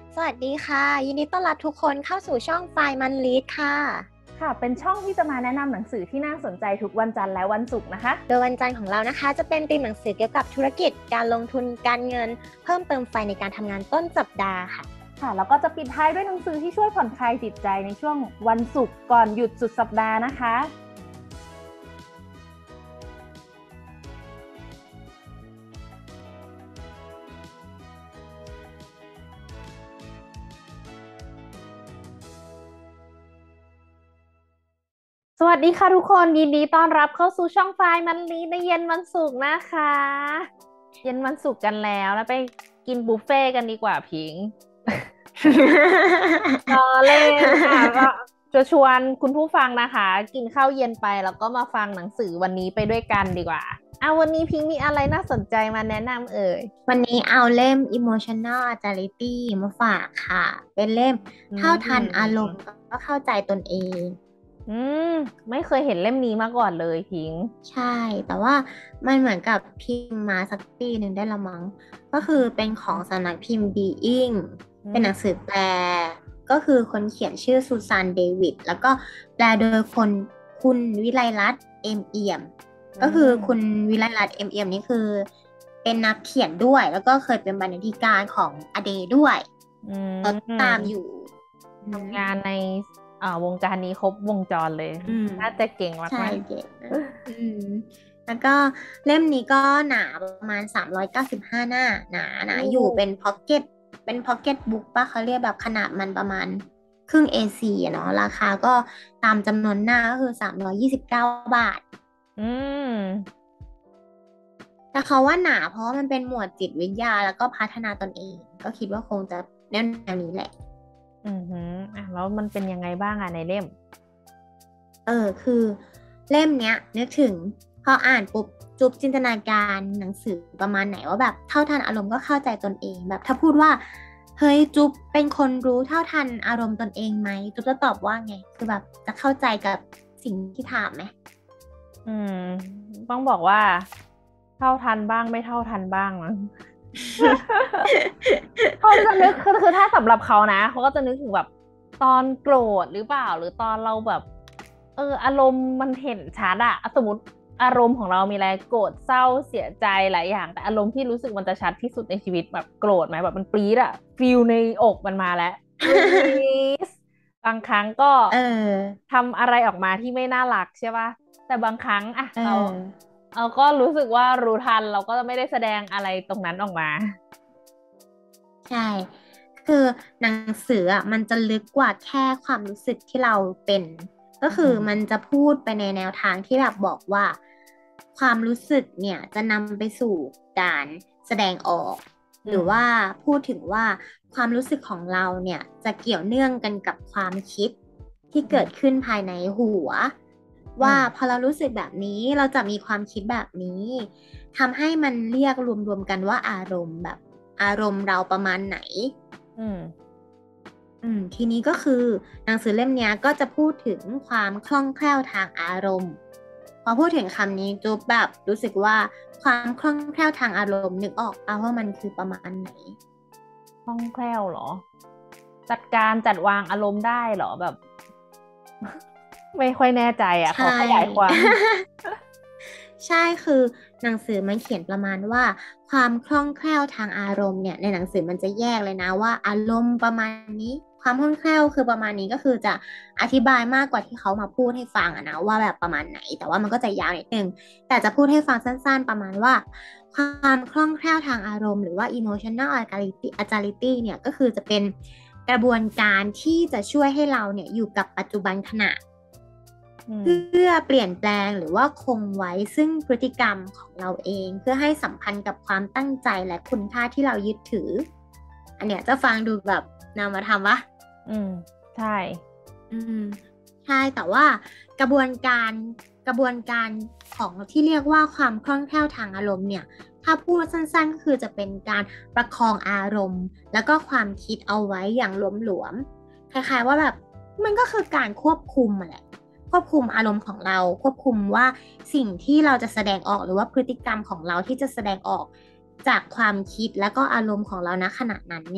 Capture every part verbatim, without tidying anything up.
สวัสดีค่ะยินดีต้อนรับทุกคนเข้าสู่ช่องไฟมันลีดค่ะค่ะเป็นช่องที่จะมาแนะนำหนังสือที่น่าสนใจทุกวันจันทร์และวันศุกร์นะคะโดยวันจันทร์ของเรานะคะจะเป็นธีมหนังสือเกี่ยวกับธุรกิจการลงทุนการเงินเพิ่มเติมไฟในการทำงานต้นสัปดาห์ค่ะค่ะแล้วก็จะปิดท้ายด้วยหนังสือที่ช่วยผ่อนคลายจิตใจในช่วงวันศุกร์ก่อนหยุดสุดสัปดาห์นะคะสวัสดีค่ะทุกคนยินดีต้อนรับเข้าสู่ช่องไฟมันลีในเย็นวันศุกร์นะคะเย็นวันศุกร์กันแล้วแล้วไปกินบุฟเฟ่กันดีกว่าพิง รอเล่นค่ะก็จะชวนคุณผู้ฟังนะคะกินข้าวเย็นไปแล้วก็มาฟังหนังสือวันนี้ไปด้วยกันดีกว่าเอาวันนี้พิงค์มีอะไรน่าสนใจมาแนะนำเอ่ยวันนี้เอาเล่ม Emotional Agility มาฝากค่ะ เป็นเล่มเท่าทันอารมณ์ก็เข้าใจตนเองอืมไม่เคยเห็นเล่มนี้มาก่อนเลยพิงค์ใช่ แต่ว่ามันเหมือนกับพิมพ์มาสักปีหนึ่งได้ละมั้งก็คือเป็นของสำนักพิมพ์ Being เป็นหนังสือแปล ก็คือคนเขียนชื่อซูซานเดวิดแล้วก็แปลโดยคนคุณวิไลรัตน์เอ็มเอี่ยม ก็คือคุณวิไลรัตน์เอ็มเอี่ยมนี่คือ เป็นนักเขียนด้วย แล้วก็เคยเป็นบรรณาธิการของอเดด้วยเราตามอยู่ทำงานในอ่าวงการนี้ครบวงจรเลยน่าจะเก่งมากๆใช่เก่งแล้วก็เล่มนี้ก็หนาประมาณสามร้อยเก้าสิบห้าหน้าหนาหนาอยู่เป็นพ็อกเก็ตเป็นพ็อกเก็ตบุ๊กป่ะเขาเรียกแบบขนาดมันประมาณครึ่ง เอ โฟร์ อะเนาะราคาก็ตามจำนวนหน้าก็คือสามร้อยยี่สิบเก้าบาทอืมแต่เขาว่าหนาเพราะว่ามันเป็นหมวดจิตวิทยาแล้วก็พัฒนาตนเองก็คิดว่าคงจะแนวนี้แหละอือหืออ่ะแล้วมันเป็นยังไงบ้างอะในเล่มเออคือเล่มเนี้ยนึกถึงพออ่านปุ๊บจุ๊บจินตนาการหนังสือประมาณไหนว่าแบบเท่าทันอารมณ์ก็เข้าใจตนเองแบบถ้าพูดว่าเฮ้ยจุ๊บเป็นคนรู้เท่าทันอารมณ์ตนเองไหมจุ๊บจะตอบว่าไงคือแบบจะเข้าใจกับสิ่งที่ถามไหมอืมต้องบอกว่าเท่าทันบ้างไม่เท่าทันบ้างมั้งเขาจะนึกคือคือถ้าสำหรับเขานะเขาก็จะนึกถึงแบบตอนโกรธหรือเปล่าหรือตอนเราแบบเอออารมณ์มันเห็นชัดอะสมมติอารมณ์ของเรามีอะไรโกรธเศร้าเสียใจหลายอย่างแต่อารมณ์ที่รู้สึกมันจะชัดที่สุดในชีวิตแบบโกรธไหมแบบมันปรี๊ดอะฟีลในอกมันมาแล้วปรี๊ดบางครั้งก็เออทำอะไรออกมาที่ไม่น่ารักใช่ป่ะแต่บางครั้งอะเอเราอเราก็รู้สึกว่ารู้ทันเราก็ไม่ได้แสดงอะไรตรงนั้นออกมาใช่คือหนังสืออ่ะมันจะลึกกว่าแค่ความรู้สึกที่เราเป็นก็คือมันจะพูดไปในแนวทางที่แบบบอกว่าความรู้สึกเนี่ยจะนำไปสู่การแสดงออกหรือว่าพูดถึงว่าความรู้สึกของเราเนี่ยจะเกี่ยวเนื่องกันกับความคิดที่เกิดขึ้นภายในหัวว่าพอเรารู้สึกแบบนี้เราจะมีความคิดแบบนี้ทำให้มันเรียกรวมๆกันว่าอารมณ์แบบอารมณ์เราประมาณไหนอืมอืมทีนี้ก็คือหนังสือเล่มนี้ก็จะพูดถึงความคล่องแคล่วทางอารมณ์พอพูดถึงคำนี้จุ๊บแบบรู้สึกว่าความคล่องแคล่วทางอารมณ์นึกออกป่ะว่ามันคือประมาณไหนคล่องแคล่วเหรอจัดการจัดวางอารมณ์ได้เหรอแบบไม่ค่อยแน่ใจอ่ะขอใช่ขยายความใช่คือหนังสือมันเขียนประมาณว่าความคล่องแคล่วทางอารมณ์เนี่ยในหนังสือมันจะแยกเลยนะว่าอารมณ์ประมาณนี้ความคล่องแคล่วคือประมาณนี้ก็คือจะอธิบายมากกว่าที่เขามาพูดให้ฟังอะนะว่าแบบประมาณไหนแต่ว่ามันก็จะยาวนิดนึงแต่จะพูดให้ฟังสั้นๆประมาณว่าความคล่องแคล่วทางอารมณ์หรือว่า emotional agility agility เนี่ยก็คือจะเป็นกระบวนการที่จะช่วยให้เราเนี่ยอยู่กับปัจจุบันขณะเพื่อเปลี่ยนแปลงหรือว่าคงไว้ซึ่งพฤติกรรมของเราเองเพื่อให้สัมพันธ์กับความตั้งใจและคุณค่าที่เรายึดถืออันเนี้ยจะฟังดูแบบนามธรรมวะอืมใช่อืมใช่แต่ว่ากระบวนการกระบวนการของที่เรียกว่าความคล่องแคล่วทางอารมณ์เนี่ยถ้าพูดสั้นๆก็คือจะเป็นการประคองอารมณ์แล้วก็ความคิดเอาไว้อย่างหลวมๆคล้ายๆว่าแบบมันก็คือการควบคุมอะแหละ ควบคุมอารมณ์ของเราควบคุมว่าสิ่งที่เราจะแสดงออกหรือว่าพฤติกรรมของเราที่จะแสดงออกจากความคิดแล้วก็อารมณ์ของเราณขณะนั้นเนี่ย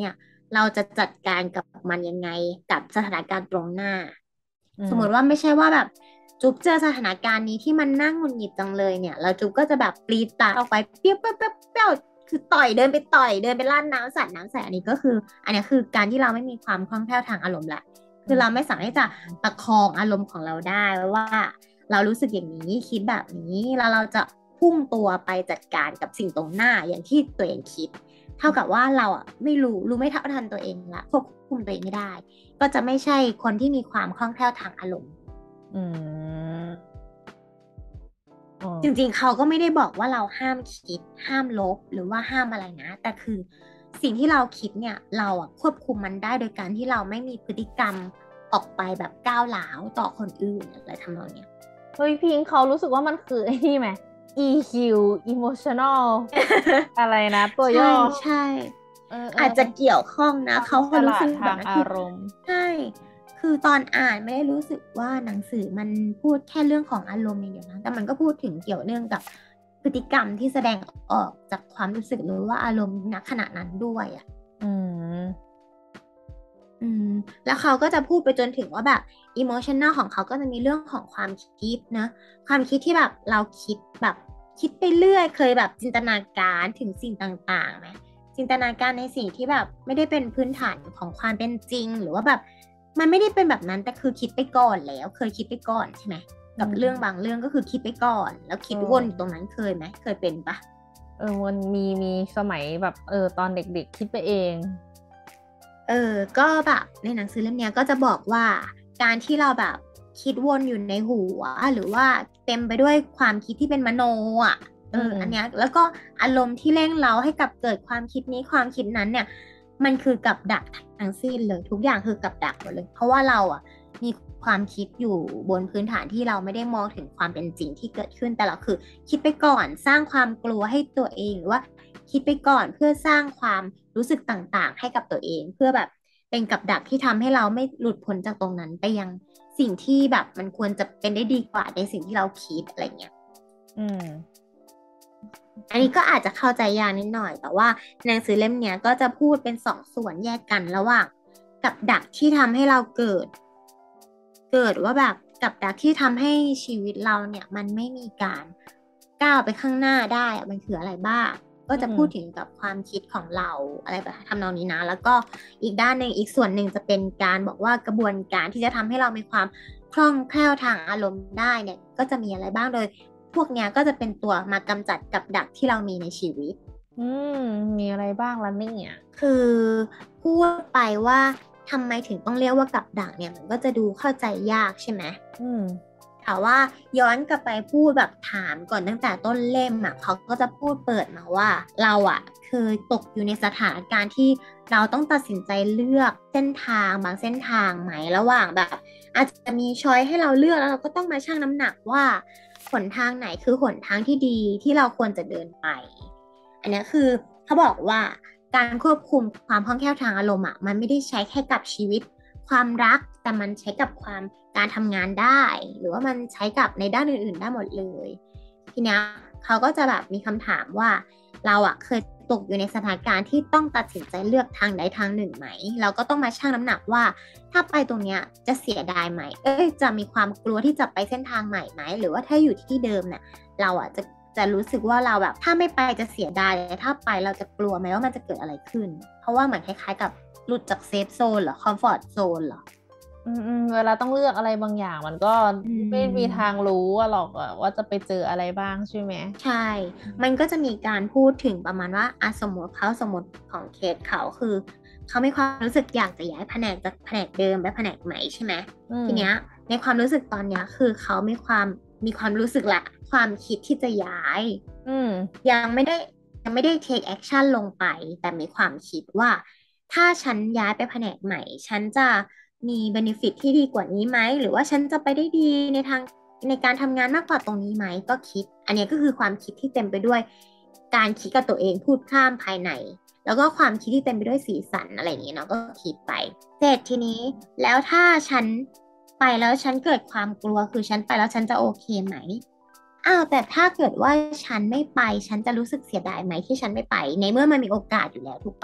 เราจะจัดการกับมันยังไงกับสถานการณ์ตรงหน้าอืสมมติว่ามไม่ใช่ว่าแบบจุ๊บเจอสถานการณ์นี้ที่มันน่าหงุดหงิดจังเลยเนี่ยแล้วจุ๊บก็จะแบบปรีดตาออกไปเปรี้ยวเปรี้ยวเปรี้ยวเปรี้ยวคือต่อยเดินไปต่อยเดินไปราดน้ำสาดน้ำใส่อันนี้ก็คืออันนี้คือการที่เราไม่มีความคล่องแคล่วทางอารมณ์แหละอืคือเราไม่สามารถที่จะมประคองอารมณ์ของเราได้ว่าเรารู้สึกอย่างนี้คิดแบบนี้แล้วเราจะพุ่งตัวไปจัดการกับสิ่งตรงหน้าอย่างที่ตัวเองคิด เท่ากับว่าเราอ่ะไม่รู้รู้ไม่เท่าทันตัวเองละควบคุมตัวเองไม่ได้ก็จะไม่ใช่คนที่มีความคล่องแคล่วทางอารมณ์อืมอ๋อจริงๆเขาก็ไม่ได้บอกว่าเราห้ามคิดห้ามลบหรือว่าห้ามอะไรนะแต่คือสิ่งที่เราคิดเนี่ยเราอ่ะควบคุมมันได้โดยการที่เราไม่มีพฤติกรรมออกไปแบบก้าวร้าวต่อคนอื่นอะไรทำนองเนี้ยเฮ้ยพิงค์เขารู้สึกว่ามันคือไอ้นี่ไหม อี คิว emotional อะไรนะตัวใช่ย่อใช่เออเอออาจจะเกี่ยวข้องนะความเขาฉลาดก็รู้สึกแบทางอาบนั้นคือรมณ์ใช่คือตอนอ่านไม่ได้รู้สึกว่าหนังสือมันพูดแค่เรื่องของอารมณ์อย่างเดียวนะแต่มันก็พูดถึงเกี่ยวเนื่องกับพฤติกรรมที่แสดงออกจากความรู้สึกหรือว่าอารมณ์ณขณะนั้นด้วยอ่ะอืมอืมแล้วเขาก็จะพูดไปจนถึงว่าแบบอิโมชัน a ลของเขาก็จะมีเรื่องของความคิดนะความคิดที่แบบเราคิดแบบคิดไปเรื่อยเคยแบบจินตนาการถึงสิ่งต่างๆไหมจินตนาการในสิ่งที่แบบไม่ได้เป็นพื้นฐานของความเป็นจริงหรือว่าแบบมันไม่ได้เป็นแบบนั้นแต่คือคิดไปก่อนแล้วเคยคิดไปก่อนใช่ไหมอืกับเรื่องบางมเรื่องก็คือคิดไปก่อนแล้วเอคิดวนอยู่ตรงอนั้นเคยไหมเคยเป็นปะเออมันมีมีสมัยแบบเออตอนเด็กๆคิดไปเองเออก็แบบในหนังสือเล่มเนี้ยก็จะบอกว่าการที่เราแบบคิดวนอยู่ในหัวหรือว่าเต็มไปด้วยความคิดที่เป็นมโนอ่ะเออืออันเนี้ยมแล้วก็อารมณ์ที่เร่งเร้าให้กับเกิดความคิดนี้ความคิดนั้นเนี่ยมันคือกับดักทั้งสิ้นเลยทุกอย่างคือกับดักหมดเลยเพราะว่าเราอ่ะมีความคิดอยู่บนพื้นฐานที่เราไม่ได้มองถึงความเป็นจริงที่เกิดขึ้นแต่เราคือคิดไปก่อนสร้างความกลัวให้ตัวเองหรือว่า คิดไปก่อนเพื่อสร้างความรู้สึกต่างๆให้กับตัวเองเพื่อแบบเป็นกับดักที่ทำให้เราไม่หลุดพ้นจากตรงนั้นไปยังสิ่งที่แบบมันควรจะเป็นได้ดีกว่าในสิ่งที่เราคิดอะไรเงี้ยอืมอันนี้ก็อาจจะเข้าใจยากนิดหน่อยแต่ว่าหนังสือเล่มเนี้ยก็จะพูดเป็นสองส่วนแยกกันระหว่างกับดักที่ทำให้เราเกิดเกิดว่าแบบกับดักที่ทำให้ชีวิตเราเนี่ยมันไม่มีการก้าวไปข้างหน้าได้อะมันคืออะไรบ้าง ก็อืจะพูดถึงมกับความคิดของเราอะไรแบบทำนองนี้นะแล้วก็อีกด้านหนึ่งอีกส่วนหนึ่งจะเป็นการบอกว่ากระบวนการที่จะทำให้เรามีความคล่องแคล่วทางอารมณ์ได้เนี่ยก็จะมีอะไรบ้างโดยพวกเนี้ยก็จะเป็นตัวมากำจัดกับดักที่เรามีในชีวิตอืมมีอะไรบ้างล่ะเนี่ยคือพูดไปว่าทำไมถึงต้องเรียกว่ากับดักเนี่ยมันก็จะดูเข้าใจยากใช่ไหมอืมแต่ว่าย้อนกลับไปพูดแบบถามก่อนตั้งแต่ต้นเล่มอ่ะเขาก็จะพูดเปิดมาว่าเราอ่ะเคยตกอยู่ในสถานการณ์ที่เราต้องตัดสินใจเลือกเส้นทางบางเส้นทางไหมระหว่างแบบอาจจะมีช้อยให้เราเลือกแล้วเราก็ต้องมาชั่งน้ำหนักว่าหนทางไหนคือหนทางที่ดีที่เราควรจะเดินไปอันเนี้ยคือเขาบอกว่าการควบคุมความคล่องแคล่วทางอารมณ์อ่ะมันไม่ได้ใช้แค่กับชีวิต ความรักแต่มันใช้กับความการทำงานได้หรือว่ามันใช้กับในด้านอื่นๆได้หมดเลยทีเนี้ยเขาก็จะแบบมีคำถามว่าเราอะเคยตกอยู่ในสถานการณ์ที่ต้องตัดสินใจเลือกทางใดทางหนึ่งไหมเราก็ต้องมาชั่งน้ำหนักว่าถ้าไปตรงเนี้ยจะเสียดายไหมเอ้ยจะมีความกลัวที่จะไปเส้นทางใหม่ไหมหรือว่าถ้าอยู่ที่เดิมเนี่ยเราอะจะจะรู้สึกว่าเราแบบถ้าไม่ไปจะเสียดายแต่ถ้าไปเราจะกลัวไหมว่ามันจะเกิดอะไรขึ้นเพราะว่าเหมือนคล้ายๆกับหลุดจากเซฟโซนเหรอคอมฟอร์ตโซนเหรออืมอืมเวลาต้องเลือกอะไรบางอย่างมันก็อืไม่มีทางมรู้ว่าหรอกอะว่าจะไปเจออะไรบ้างใช่ไหมใช่ มันก็จะมีการพูดถึงประมาณว่าอ่ะสมมติเขาสมมติของเคสเขาคือเขามีความรู้สึกอยากจะย้ายแผนกจากแผนกเดิมไปแผนกใหม่ใช่ไหมอืมทีเนี้ยในความรู้สึกตอนเนี้ยคือเขามีความมีความรู้สึกละความคิดที่จะย้ายอืมยังไม่ได้ยังไม่ได้ take action ลงไปแต่มีความคิดว่าถ้าฉันย้ายไปแผนกใหม่ฉันจะมี benefit ที่ดีกว่านี้ไหมหรือว่าฉันจะไปได้ดีในทาง ในการทำงานมากกว่าตรงนี้ไหมก็คิดอันนี้ก็คือความคิดที่เต็มไปด้วยการคิดกับตัวเองพูดข้ามภายในแล้วก็ความคิดที่เต็มไปด้วยสีสันอะไรอย่างนี้เนาะก็คิดไปเสร็จทีนี้แล้วถ้าฉันไปแล้วฉันเกิดความกลัวคือฉันไปแล้วฉันจะโอเคไหมอ้าวแต่ถ้าเกิดว่าฉันไม่ไปฉันจะรู้สึกเสียดายไหมที่ฉันไม่ไปในเมื่อมันมีโอกาสอยู่แล้วถูกปะ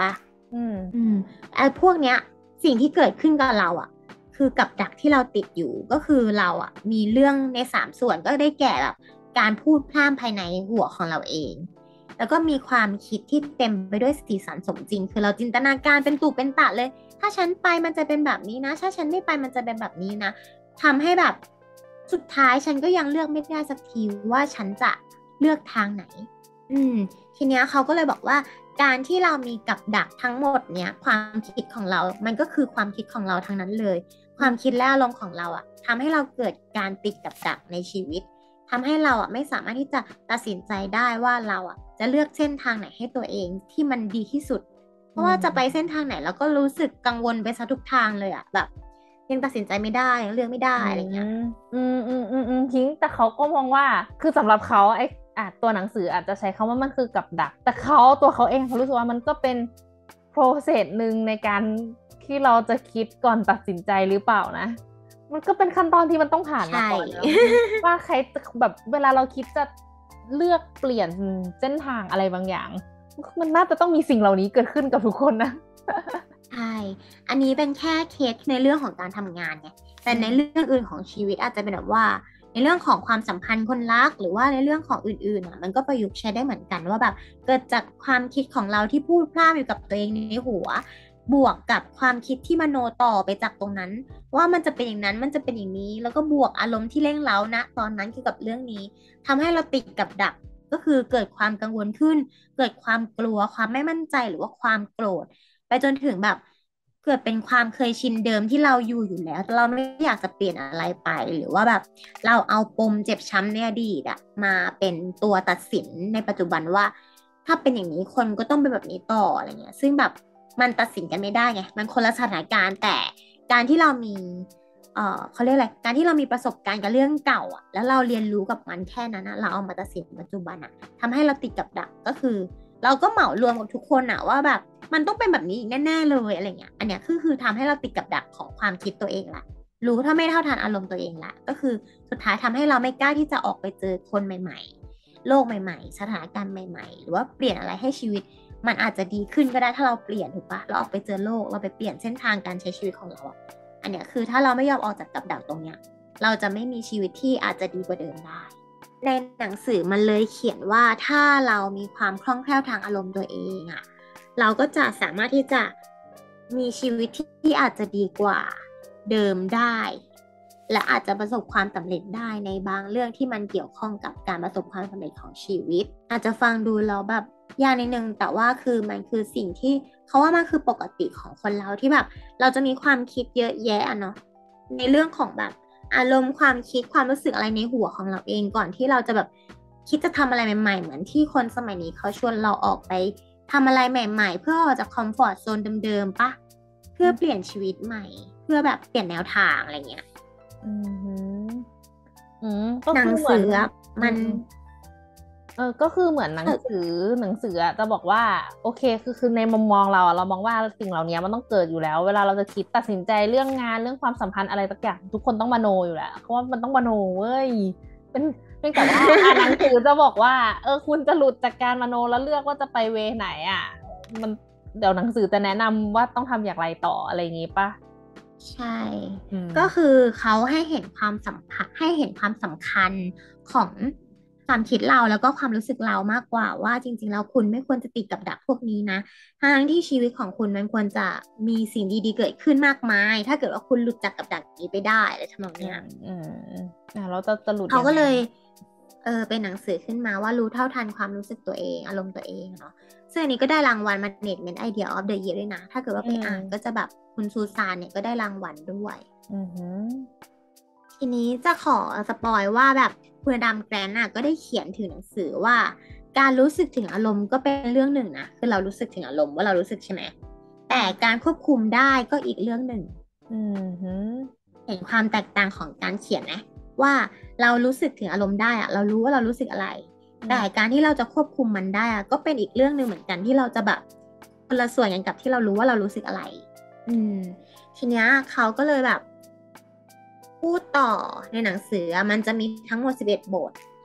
อืมอืมไอ้พวกเนี้ยสิ่งที่เกิดขึ้นกับเราอ่ะคือกับดักที่เราติดอยู่ก็คือเราอ่ะมีเรื่องในสามส่วนก็ได้แก่แบบการพูดพร่ำภายในหัวของเราเองแล้วก็มีความคิดที่เต็มไปด้วยสีสันสมจริงคือเราจินตนาการเป็นตุเป็นตะเลยถ้าฉันไปมันจะเป็นแบบนี้นะถ้าฉันไม่ไปมันจะเป็นแบบนี้นะทำให้แบบสุดท้ายฉันก็ยังเลือกไม่ได้สักทีว่าฉันจะเลือกทางไหน อืมทีเนี้ยเขาก็เลยบอกว่าการที่เรามีกับดักทั้งหมดเนี้ยความคิดของเรา มันก็คือความคิดของเราทั้งนั้นเลย ความคิดและอารมณ์ของเราอะทำให้เราเกิดการติดกับดักในชีวิตทำให้เราอะไม่สามารถที่จะตัดสินใจได้ว่าเราอะจะเลือกเส้นทางไหนให้ตัวเองที่มันดีที่สุดเพอืราะว่าจะไปมเส้นทางไหนแล้วก็รู้สึกกังวลไปซะทุกทางเลยอะแบบยังตัดสินใจไม่ได้ยังเลือกไม่ได้อือะไรเงี้ยมอืมอืมอืมอืมทิ้งแต่เขาก็มองว่าคือสำหรับเขาไอ้อ่ะตัวหนังสืออาจจะใช้คำว่ามันคือกับดักแต่เขาตัวเขาเองเขารู้สึกว่ามันก็เป็น process หนึ่งในการที่เราจะคิดก่อนตัดสินใจหรือเปล่านะมันก็เป็นขั้นตอนที่มันต้องผ่านใช่มาก่อนเนอะว่าใครแบบเวลาเราคิดจะเลือกเปลี่ยนเส้นทางอะไรบางอย่างมันน่าจะต้องมีสิ่งเหล่านี้เกิดขึ้นกับทุกคนนะใช่ อันนี้เป็นแค่เคสในเรื่องของการทำงานไงแต่ในเรื่องอื่นของชีวิตอาจจะเป็นแบบว่าในเรื่องของความสัมพันธ์คนรักหรือว่าในเรื่องของอื่นๆอ่ะมันก็ประยุกต์ใช้ได้เหมือนกันว่าแบบเกิดจากความคิดของเราที่พูดพร่ำอยู่กับตัวเองในหัวบวกกับความคิดที่มโนต่อไปจากตรงนั้นว่ามันจะเป็นอย่างนั้นมันจะเป็นอย่างนี้แล้วก็บวกอารมณ์ที่เร่งเร้านะตอนนั้นเกี่ยวกับเรื่องนี้ทำให้เราติดกับดักก็คือเกิดความกังวลขึ้นเกิดความกลัวความไม่มั่นใจหรือว่าความโกรธ ไปจนถึงแบบเกิดเป็นความเคยชินเดิมที่เราอยู่อยู่แล้วแต่เราไม่อยากจะเปลี่ยนอะไรไปหรือว่าแบบเราเอาปมเจ็บช้ำในอดีตอะมาเป็นตัวตัดสินในปัจจุบันว่าถ้าเป็นอย่างนี้คนก็ต้องเป็นแบบนี้ต่ออะไรเงี้ยซึ่งแบบมันตัดสินกันไม่ได้ไงมันคนละสถานการณ์แต่การที่เรามีเอ่อเขาเรียกอะไรการที่เรามีประสบการณ์กับเรื่องเก่าอ่ะแล้วเราเรียนรู้กับมันแค่นั้นนะเราเอามาตัดสินปัจจุบันอ่ะทำให้เราติดกับดักก็คือ เราก็เหมารวมกับทุกคนอะว่าแบบมันต้องเป็นแบบนี้อีกแน่ๆเลยอะไรเงี้ยอันเนี้ยคือคือทำให้เราติดกับดักของความคิดตัวเองละรู้ถ้าไม่เท่าทันอารมณ์ตัวเองละก็คือสุดท้ายทำให้เราไม่กล้าที่จะออกไปเจอคนใหม่ๆโลกใหม่ๆสถานการณ์ใหม่ๆหรือว่าเปลี่ยนอะไรให้ชีวิตมันอาจจะดีขึ้นก็ได้ถ้าเราเปลี่ยนถูกปะเราออกไปเจอโลกเราไปเปลี่ยนเส้นทางการใช้ชีวิตของเราอะอันเนี้ยคือถ้าเราไม่ยอมออกจากกับดักตรงเนี้ยเราจะไม่มีชีวิตที่อาจจะดีกว่าเดิมได้ ในหนังสือมันเลยเขียนว่าถ้าเรามีความคล่องแคล่วทางอารมณ์ตัวเองอะเราก็จะสามารถที่จะมีชีวิตที่อาจจะดีกว่าเดิมได้และอาจจะประสบความสำเร็จได้ในบางเรื่องที่มันเกี่ยวข้องกับการประสบความสำเร็จของชีวิตอาจจะฟังดูแล้วแบบยากนิดนึงแต่ว่าคือมันคือสิ่งที่เขาว่ามันคือปกติของคนเราที่แบบเราจะมีความคิดเยอะแยะอะเนาะในเรื่องของแบบ อารมณ์ความคิดความรู้สึกอะไรในหัวของเราเองก่อนที่เราจะแบบคิดจะทำอะไรใหม่ๆเหมือนที่คนสมัยนี้เขาชวนเราออกไปทำอะไรใหม่ๆเพื่อออกจากคอมฟอร์ตโซนเดิมๆปะเพื่อเปลี่ยนชีวิตใหม่เพื่อแบบเปลี่ยนแนวทางอะไรเงี้ยอืมฮึอืมก็หนังคือเหมือนสืออะมันอืม เออก็คือเหมือนหนังสือหนังสืออะจะบอกว่าโอเคคือคือในมุมมองเราอะเรามองว่าสิ่งเหล่านี้มันต้องเกิดอยู่แล้วเวลาเราจะคิดตัดสินใจเรื่องงานเรื่องความสัมพันธ์อะไรสักอย่างทุกคนต้องมโนอยู่แล้วเพราะว่ามันต้องมโนเว้ยเป็นเพียงแต่ว่าอ่านหนังสือจะบอกว่าเออคุณจะหลุดจากการมโนแล้วเลือกว่าจะไปเวไหนอ่ะมันเดี๋ยวหนังสือจะแนะนำว่าต้องทำอย่างไรต่ออะไรอย่างงี้ปะใช่อืมก็คือเขาให้เห็นความสำคัญให้เห็นความสำคัญของความคิดเราแล้วก็ความรู้สึกเรามากกว่าว่าจริงๆแล้วคุณไม่ควรจะติดกับดักพวกนี้นะทั้งที่ชีวิตของคุณมันควรจะมีสิ่งดีๆเกิดขึ้นมากมายถ้าเกิดว่าคุณหลุดจากกับดักนี้ไปได้อะไรทำนองอืเนี้ยมอืมอ่ะเราจะจะหลุดยังไงเขาก็เลยเออเป็นหนังสือขึ้นมาว่ารู้เท่าทันความรู้สึกตัวเองอารมณ์ตัวเองเนาะซึ่งอันนี้ก็ได้รางวัล Management Idea of the Year ด้วยนะ ถ้าเกิดว่าอืไปอ่านก็มจะแบบคุณซูซานเนี่ยก็ได้รางวัลด้วยอืมฮึทีนี้จะขอสปอยว่าแบบคุณอดัมแกรนน่ะก็ได้เขียนถึงหนังสือว่าการรู้สึกถึงอารมณ์ก็เป็นเรื่องหนึ่งนะคือเรารู้สึกถึงอารมณ์ว่าเรารู้สึกใช่ไหมแต่การควบคุมได้ก็อีกเรื่องหนึ่งอืมฮึเห็นความแตกต่างของการเขียนไหมว่าเรารู้สึกถึงอารมณ์ได้อะเรารู้ว่าเรารู้สึกอะไรแต่อืมการที่เราจะควบคุมมันได้อะก็เป็นอีกเรื่องหนึ่งเหมือนกันที่เราจะแบบคนละส่วนกันกับที่เรารู้ว่าเรารู้สึกอะไรอืมทีเนี้ยเขาก็เลยแบบพูดต่อในหนังสืออะมันจะมีทั้งหมดสิบเอ็ดบทเข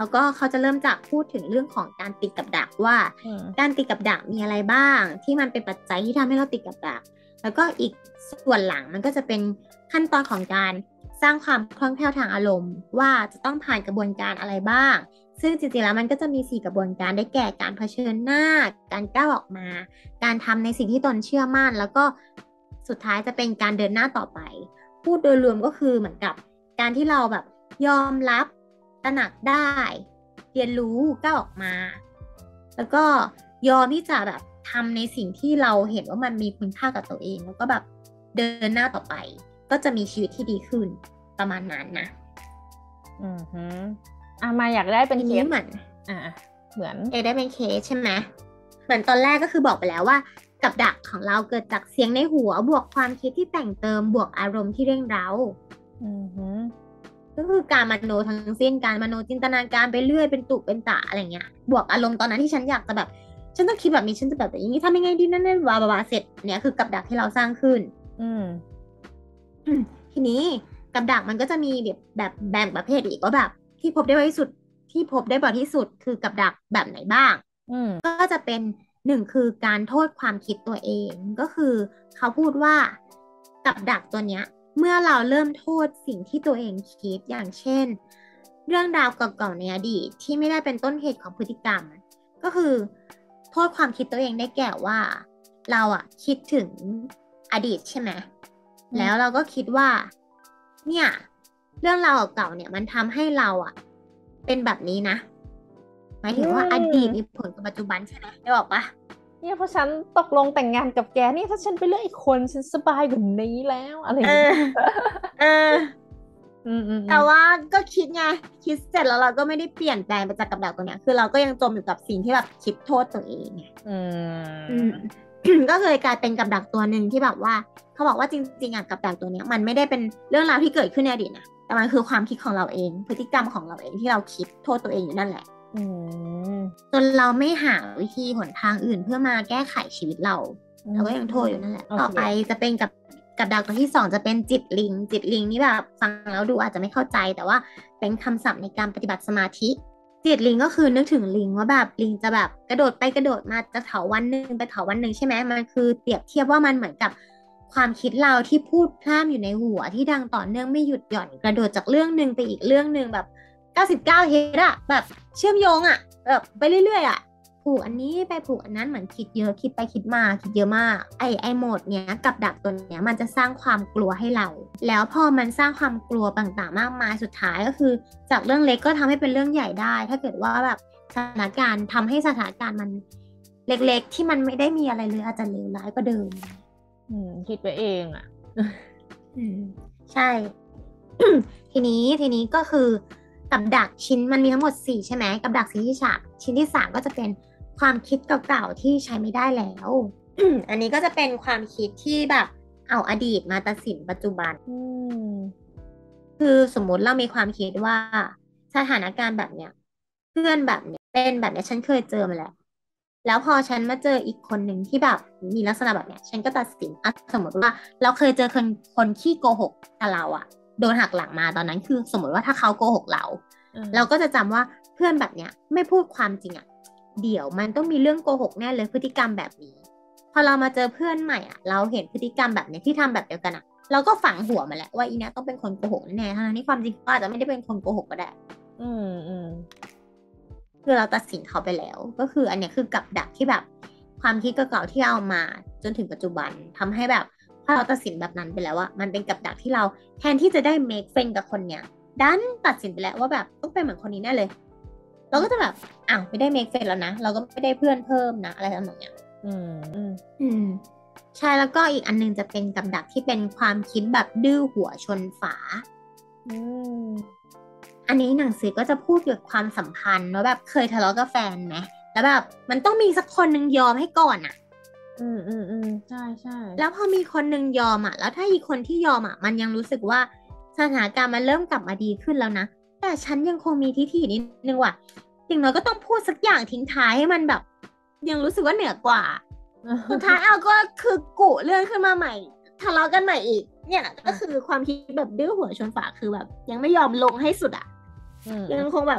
แล้วก็เขาจะเริ่มจากพูดถึงเรื่องของการติดกับดักว่าอืมการติดกับดักมีอะไรบ้างที่มันเป็นปัจจัยที่ทำให้เราติดกับดัก แล้วก็อีกส่วนหลังมันก็จะเป็นขั้นตอนของการสร้างความคล่องแคล่วทางอารมณ์ว่าจะต้องผ่านกระบวนการอะไรบ้าง ซึ่งจริงๆแล้วมันก็จะมีสี่กระบวนการได้แก่การเผชิญหน้า การก้าวออกมา การทำในสิ่งที่ตนเชื่อมั่น แล้วก็สุดท้ายจะเป็นการเดินหน้าต่อไป พูดโดยรวมก็คือเหมือนกับการที่เราแบบยอมรับตระหนักได้ เรียนรู้ก้าวออกมา แล้วก็ยอมที่จะแบบทำในสิ่งที่เราเห็นว่ามันมีคุณค่ากับตัวเอง แล้วก็แบบเดินหน้าต่อไป ก็จะมีชีวิตที่ดีขึ้นประมาณนั้นนะอือฮึอ่ะมาอยากได้เป็นทีเคนี้สเหมือนอ่ะเหมือนเอได้เป็นเคสใช่ไหมเหมือนตอนแรกก็คือบอกไปแล้วว่ากับดักของเราเกิดจากเสียงในหัวบวกความคิดที่แต่งเติมบวกอารมณ์ที่เร่งเร้าอือฮึก็คือการมโนทั้งสิ้นการมโนจินตนาการไปเรื่อยเป็นตุเป็นตะอะไรเงี้ยบวกอารมณ์ตอนนั้นที่ฉันอยากจะแบบฉันต้องคิดแบบนี้ฉันจะแบบอย่างนี้ทำยังไงดีนั่นนั่นวาบาเสร็จเนี่ยคือกับดักที่เราสร้างขึ้นอืมอืมทีนี้กับดักมันก็จะมีแบบแบบแบ่งประเภทอีกว่าแบบที่พบได้บ่อยที่สุดที่พบได้บ่อยที่สุดคือกับดักแบบไหนบ้างอืมก็จะเป็นหนึ่งคือการโทษความคิดตัวเองก็คือเขาพูดว่ากับดักตัวเนี้ยเมื่อเราเริ่มโทษสิ่งที่ตัวเองคิดอย่างเช่น เรื่องราวเก่าๆในอดีตที่ไม่ได้เป็นต้นเหตุของพฤติกรรม ก็คือโทษความคิดตัวเองได้แก่ว่า เราอะคิดถึงอดีตใช่ไหมอืมแล้วเราก็คิดว่า เนี่ย เรื่องราวเก่าๆเนี่ยมันทำให้เราอะเป็นแบบนี้นะ หมายถึงว่าอดีตมีผลกับปัจจุบันใช่ไหมได้บอกปะเนี่ยเพราะฉันตกลงแต่งงานกับแกนี่ถ้าฉันไปเลือกอีกคนฉันสบายกว่านี้แล้วอะไรอย่างเอเงี้อย เอออืมอืมอืแต่มว่าก็คิดไง คิดเสร็จแล้วเราก็ไม่ได้เปลี่ยนแปลงไปจากกับดักตัวเนี้ย คือเราก็ยังจมอยู่กับสิ่งที่แบบคิดโทษตัวเองไงอือืมม ก็เลยกลายเป็นกับดักตัวหนึ่งที่แบบว่า เขาบอกว่าจริงๆอ่ะกับดักตัวเนี้ยมันไม่ได้เป็นเรื่องราวที่เกิดขึ้นในอดีตนะแต่มันคือความคิดของเราเอง พฤติกรรมของเราเองที่เราคิดโทษตัวเองอยู่นั่นแหละอืมจนเราไม่หาวิธีหนทางอื่นเพื่อมาแก้ไขชีวิตเรา เราก็ยังโทษอยู่นั่นแหละโอเคต่อไปจะเป็นกับกับดักตัวที่สองจะเป็นจิตลิง จิตลิงนี่แบบฟังแล้วดูอาจจะไม่เข้าใจ แต่ว่าเป็นคำศัพท์ในการปฏิบัติสมาธิ จิตลิงก็คือนึกถึงลิงว่าแบบลิงจะแบบกระโดดไปกระโดดมาจากเถาวันหนึ่งไปเถาวันหนึ่งใช่ไหมมันคือเปรียบเทียบว่ามันเหมือนกับความคิดเราที่พูดพร่ำอยู่ในหัวที่ดังต่อเนื่องไม่หยุดหย่อนกระโดดจากเรื่องหนึ่งไปอีกเรื่องหนึ่งแบบเก้าสิบเก้าเฮดอะแบบเชื่อมโยงอะแบบไปเรื่อยๆอะผูกอันนี้ไปผูกอันนั้นเหมือนคิดเยอะคิดไปคิดมาคิดเยอะมากไอไอโหมดเนี้ยกับดักตัวเนี้ยมันจะสร้างความกลัวให้เรา แล้วพอมันสร้างความกลัวต่างๆมากมายสุดท้ายก็คือ จากเรื่องเล็กก็ทำให้เป็นเรื่องใหญ่ได้ ถ้าเกิดว่าแบบสถานการณ์ทำให้สถานการณ์มันเล็กๆที่มันไม่ได้มีอะไรเลยอาจจะเลวร้ายกว่าเดิมอืมคิดไปเองอ่ะอืมใช่ ทีนี้ทีนี้ก็คือกับดักชิ้นมันมีทั้งหมดสี่ใช่ไหมกับดักชิ้นที่สามชิ้นที่สามก็จะเป็นความคิดเก่าๆที่ใช้ไม่ได้แล้ว อันนี้ก็จะเป็นความคิดที่แบบเอาอดีตมาตัดสินปัจจุบันอืมคือสมมุติเรามีความคิดว่าสถานการณ์แบบเนี้ยเพื่อนแบบเนี้ยเป็นแบบเนี้ยฉันเคยเจอมาแล้วแล้วพอฉันมาเจออีกคนหนึ่งที่แบบมีลักษณะแบบเนี้ยฉันก็ตัดสินอ่ะสมมติว่าเราเคยเจอคนคนขี้โกหกกับเราอะโดนหักหลังมาตอนนั้นคือสมมติว่าถ้าเขาโกหกเราอืมเราก็จะจำว่าเพื่อนแบบเนี้ยไม่พูดความจริงอะเดี๋ยวมันต้องมีเรื่องโกหกแน่เลยพฤติกรรมแบบนี้ พอเรามาเจอเพื่อนใหม่อ่ะเราเห็นพฤติกรรมแบบเนี้ยที่ทำแบบเดียวกันอ่ะเราก็ฝังหัวมาแล้วว่าอีเนี้ยต้องเป็นคนโกหกแน่ๆทั้งนั้นที่ความจริงก็อาจจะไม่ได้เป็นคนโกหกก็ได้อืมอืมคือเราตัดสินเขาไปแล้ว ก็คืออันเนี้ยคือกับดักที่แบบความคิดเก่าๆที่เอามาจนถึงปัจจุบันทำให้แบบพอเราตัดสินแบบนั้นไปแล้วอะมันเป็นกับดักที่เราแทนที่จะได้ make friend กับคนเนี้ยดันตัดสินไปแล้วว่าแบบต้องเป็นเหมือนคนนี้แน่เลย เราก็จะแบบอ้าวไม่ได้ make friend แล้วนะเราก็ไม่ได้เพื่อนเพิ่มนะอะไรทำนองเนี้ยอืมอืมอืมใช่แล้วก็อีกอันนึงจะเป็นกับดักที่เป็นความคิดแบบดื้อหัวชนฝาอืมอันนี้หนังสือก็จะพูดเกี่ยวกับความสัมพันธ์ว่าแบบเคยทะเลาะกับแฟนไหมแล้วแบบมันต้องมีสักคนหนึ่งยอมให้ก่อนอะอืมอืมอืมใช่ใช่แล้วพอมีคนหนึ่งยอมอะแล้วถ้าอีกคนที่ยอมอะมันยังรู้สึกว่าสถานการณ์มันเริ่มกลับมาดีขึ้นแล้วนะแต่ฉันยังคงมีทิฐินิดนึงว่าอย่างน้อยก็ต้องพูดสักอย่างทิ้งท้ายให้มันแบบ ยังรู้สึกว่าเหนือกว่า สุดท้ายเอาก็คือกุเรื่องขึ้นมาใหม่ทะเลาะกันใหม่อีก เนี่ยก็คือความคิดแบบดื้อหัวชนฝาคือแบบ ยังไม่ยอมลงให้สุดอ่ะอืมยังคงแบบ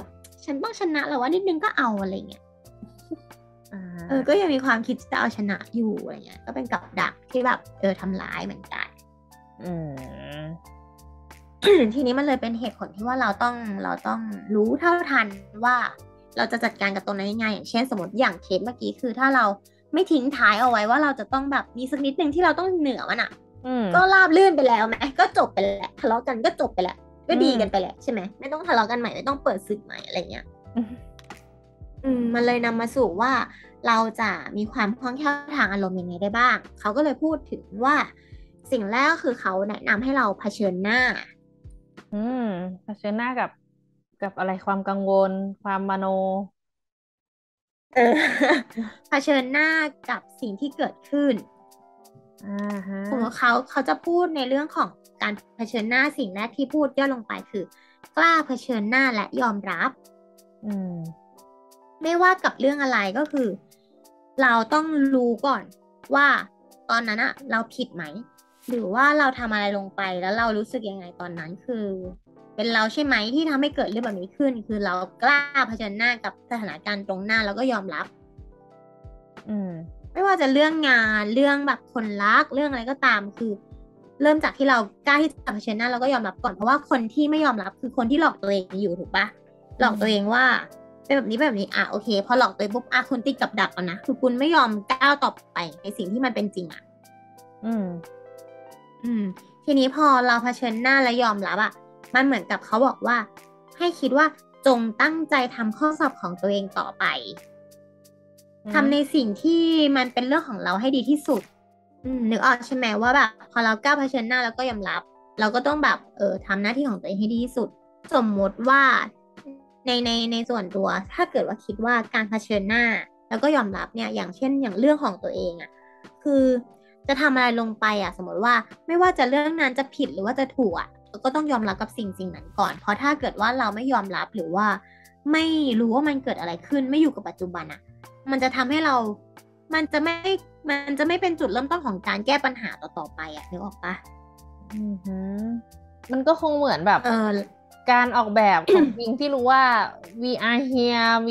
ฉันต้องชนะแล้วว่านิดนึงก็เอาอะไรเงี้ยอ่าเออก็ยังมีความคิดจะเอาชนะอยู่อะไรเงี้ยก็เป็นกับดักที่แบบเออทำร้ายเหมือนกันอืมทีนี้มันเลยเป็นเหตุผลที่ว่าเราต้องเราต้องรู้เท่าทันว่าเราจะจัดการกับตรงนั้นยังไงอย่างเช่นสมมติอย่างเคสเมื่อกี้คือถ้าเราไม่ทิ้งท้ายเอาไว้ว่าเราจะต้องแบบมีสักนิดนึงที่เราต้องเหนือมันอ่ะอืมก็ราบลื่นไปแล้วไหมก็จบไปแล้วทะเลาะกันก็จบไปแล้วก็ดีอืมกันไปแล้วใช่ไหมไม่ต้องทะเลาะกันใหม่ไม่ต้องเปิดศึกใหม่อะไรเงี้ยอืมอืมมันเลยนำมาสู่ว่าเราจะมีความคล่องแคล่วทางอารมณ์ยังไงได้บ้างเขาก็เลยพูดถึงว่าสิ่งแรกก็คือเขาแนะนำให้เราเผชิญหน้าอืมเผชิญหน้ากับกับอะไรความกังวล ความมโนเออ เผชิญหน้ากับสิ่งที่เกิดขึ้นอ่าฮะสมมติเขาเขาจะพูดในเรื่องของการเผชิญหน้าสิ่งแรกที่พูดย่อลงไปคือกล้าเผชิญหน้าและยอมรับอืมไม่ว่ากับเรื่องอะไรก็คือ เราต้องรู้ก่อนว่าตอนนั้นอะเราผิดไหม หรือว่าเราทำอะไรลงไปแล้วเรารู้สึกยังไงตอนนั้นคือ เป็นเราใช่ไหมที่ทำให้เกิดเรื่องแบบนี้ขึ้น คือเรากล้าเผชิญหน้ากับสถานการณ์ตรงหน้าแล้วก็ยอมรับอืมไม่ว่าจะเรื่องงานเรื่องแบบคนรักเรื่องอะไรก็ตามคือ เริ่มจากที่เรากล้าที่จะเผชิญหน้าแล้วก็ยอมรับก่อนเพราะว่าคนที่ไม่ยอมรับคือคนที่หลอกตัวเองอยู่ถูกปะหลอกตัวเองว่าเป็นแบบนี้เป็นแบบนี้อ่ะโอเคพอหลอกตัวเองปุ๊บอ่ะคุณติดกับดักแล้วนะคือคุณไม่ยอมก้าวต่อไปในสิ่งที่มันเป็นจริงอ่ะอืมอืม ทีนี้พอเราเผชิญหน้าและยอมรับอ่ะมันเหมือนกับเขาบอกว่า ให้คิดว่าจงตั้งใจทำข้อสอบของตัวเองต่อไปอืมทำในสิ่งที่มันเป็นเรื่องของเราให้ดีที่สุด อืมนึกออกใช่ไหมว่าแบบพอเรากล้าเผชิญหน้าแล้วก็ยอมรับ เราก็ต้องแบบเออทำหน้าที่ของตัวเองให้ดีที่สุด สมมติว่าในในในส่วนตัวถ้าเกิดว่าคิดว่าการเผชิญหน้า แล้วก็ยอมรับเนี่ยอย่างเช่นอย่างเรื่องของตัวเองอ่ะคือจะทำอะไรลงไปอ่ะสมมติว่าไม่ว่าจะเรื่องนั้นจะผิดหรือว่าจะถูกอ่ะเราก็ต้องยอมรับกับสิ่งสิ่งนั้นก่อนเพราะถ้าเกิดว่าเราไม่ยอมรับหรือว่าไม่รู้ว่ามันเกิดอะไรขึ้นไม่อยู่กับปัจจุบันอ่ะ มันจะทำให้เรา มันจะไม่ มันจะไม่เป็นจุดเริ่มต้นของการแก้ปัญหาต่อๆไปอ่ะนึกออกปะอืมฮึมันก็คงเหมือนแบบเออการออกแบบของจริงที่รู้ว่า we are here มี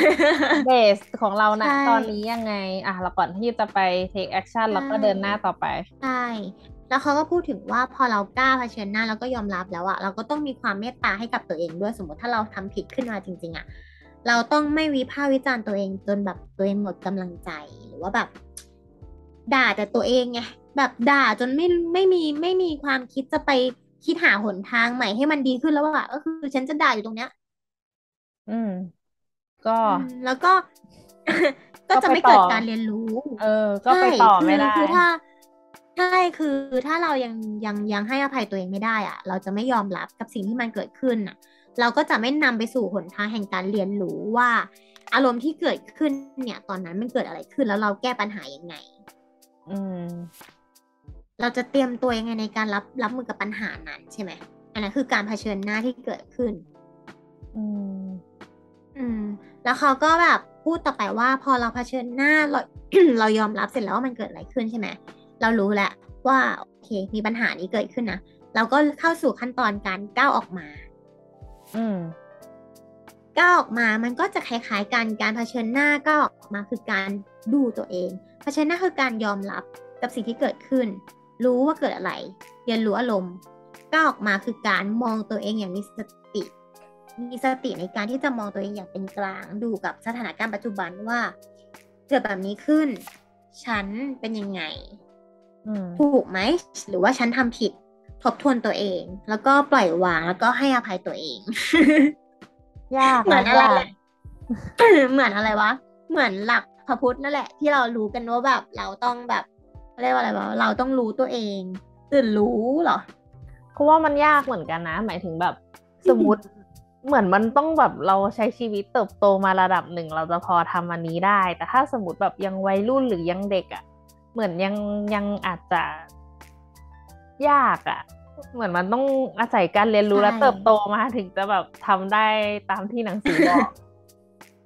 base ของเรานะใช่ตอนนี้ยังไง อ่ะแล้วก่อนที่จะไป take action ใช่แล้วก็เดินหน้าต่อไปใช่ แล้วเขาก็พูดถึงว่าพอเรากล้าเผชิญหน้าแล้วก็ยอมรับแล้วอะเราก็ต้องมีความเมตตาให้กับตัวเองด้วยสมมติถ้าเราทำผิดขึ้นมาจริงๆอะเราต้องไม่วิพากษ์วิจารณ์ตัวเองจนแบบตัวเองหมดกำลังใจหรือว่าแบบ ด่าแต่ตัวเองไงแบบด่าจนไม่ไม่มีไม่มีความคิดจะไปคิดหาหนทางใหม่ให้มันดีขึ้นแล้วอะก็คือฉันจะด่าอยู่ตรงเนี้ยอืม ก็อืมแล้วก็ ก็จะก็ไปต่อไม่เกิดการเรียนรู้เออ ก็ใช่ไปต่อคือไม่ได้คือถ้าใช่คือถ้าเรายังยังยังให้อภัยตัวเองไม่ได้อ่ะ เราจะไม่ยอมรับกับสิ่งที่มันเกิดขึ้นอ่ะ เราก็จะไม่นำไปสู่หนทางแห่งการเรียนรู้ว่า อารมณ์ที่เกิดขึ้นเนี่ย ตอนนั้นมันเกิดอะไรขึ้นแล้วเราแก้ปัญหายังไงอืมเราจะเตรียมตัวยังไงในการรับรับมือกับปัญหานั้นใช่ไหมอันนั้นคือการเผชิญหน้าที่เกิดขึ้นอืมอืมแล้วเขาก็แบบพูดต่อไปว่าพอเราเผชิญหน้าเรา เรายอมรับเสร็จแล้วว่ามันเกิดอะไรขึ้นใช่ไหมเรารู้แล้วว่าโอเคมีปัญหานี้เกิดขึ้นนะเราก็เข้าสู่ขั้นตอนการก้าวออกมาอืมก้าวออกมามันก็จะคล้ายๆกันการเผชิญหน้าก้าวออกมาคือการดูตัวเองเผชิญหน้าคือการยอมรับกับสิ่งที่เกิดขึ้น รู้ว่าเกิดอะไรเรียนรู้อารมณ์ก้าวออกมาคือการมองตัวเองอย่างมีสติ มีสติในการที่จะมองตัวเองอย่างเป็นกลางดูกับสถานการณ์ปัจจุบันว่า เกิดแบบนี้ขึ้น ฉันเป็นยังไงอืมถูกไหมหรือว่าฉันทำผิดทบทวนตัวเอง แล้วก็ปล่อยวางแล้วก็ให้อภัยตัวเองยากเหมือนนะอะไรยากอะ เหมือนอะไรวะ เหมือนหลักพระพุทธนั่นแหละ ที่เรารู้กันว่าแบบเราต้องแบบเขาเรียกว่าอะไรวะเราต้องรู้ตัวเองตื่นรู้เหรอเพราะว่ามันยากเหมือนกันนะ หมายถึงแบบสมมติ เหมือนมันต้องแบบเราใช้ชีวิตเติบโตมาระดับหนึ่งเราจะพอทำอันนี้ได้ แต่ถ้าสมมติแบบยังวัยรุ่นหรือยังเด็กอะ่ะ เหมือนยังยังอาจจะยากอะ่ะ เหมือนมันต้องอาศัยการเรียนรู้ใช่และเติบโตมาถึงจะแบบทำได้ตามที่หนังสือบอก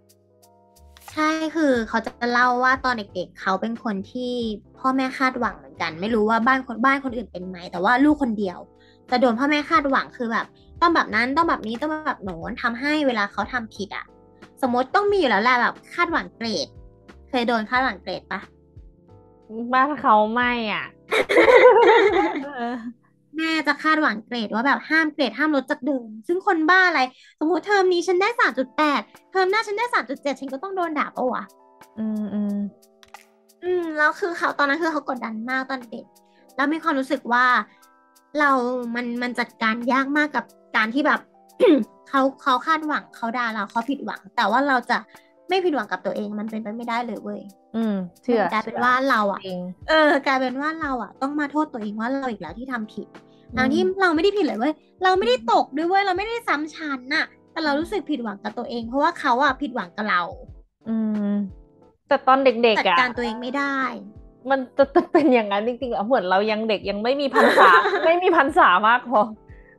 ใช่คือเขาจะเล่าว่าตอนเด็กๆเขาเป็นคนที่พ่อแม่คาดหวังเหมือนกันไม่รู้ว่าบ้านคนบ้านคนอื่นเป็นไหมแต่ว่าลูกคนเดียวจะโดนพ่อแม่คาดหวังคือแบบต้องแบบนั้นต้องแบบนี้ต้องแบบโน้นทำให้เวลาเขาทำผิดอ่ะสมมติต้องมีอยู่แล้วแหละแบบคาดหวังเกรดเคยโดนคาดหวังเกรดปะบ้านเขาไม่อ่ะเออแม่จะคาดหวังเกรดว่าแบบห้ามเกรดห้ามลดจากเดิมซึ่งคนบ้าอะไรสมมติเทอมนี้ฉันได้สามจุดแปดเทอมหน้าฉันได้สามจุดเจ็ดฉันก็ต้องโดนด่าปะวะอืมอืมอืมแล้วคือเขาตอนนั้นคือเขากดดันมากตอนเด็กแล้วมีความรู้สึกว่าเรามันมันจัดการยากมากกับการที่แบบ เขาเขาคาดหวังเขาด่าเราเขาผิดหวังแต่ว่าเราจะไม่ผิดหวังกับตัวเองมันเป็นไปไม่ได้เลยเว้ยอืมเชื่มันอกลายเป็นเชื่อว่าเราอ่ะจริงเออกลายเป็นว่าเราอ่ะต้องมาโทษตัวเองว่าเราอีกแล้วที่ทำผิดอืทั้งที่มเราไม่ได้ผิดเลยเว้ยเราอืไม่ได้ตกมด้วยเว้ยเราไม่ได้ซ้ำชั้นน่ะแต่เรารู้สึกผิดหวังกับตัวเองเพราะว่าเขาอ่ะผิดหวังกับเราอืมแต่ตอนเด็กๆอ่ะจัดการตัวเองไม่ได้มันจะจะเป็นอย่างนั้นจริงๆเหรอเหมือนเรายังเด็กยังไม่มีพรรษาไม่มีพรรษามากพอ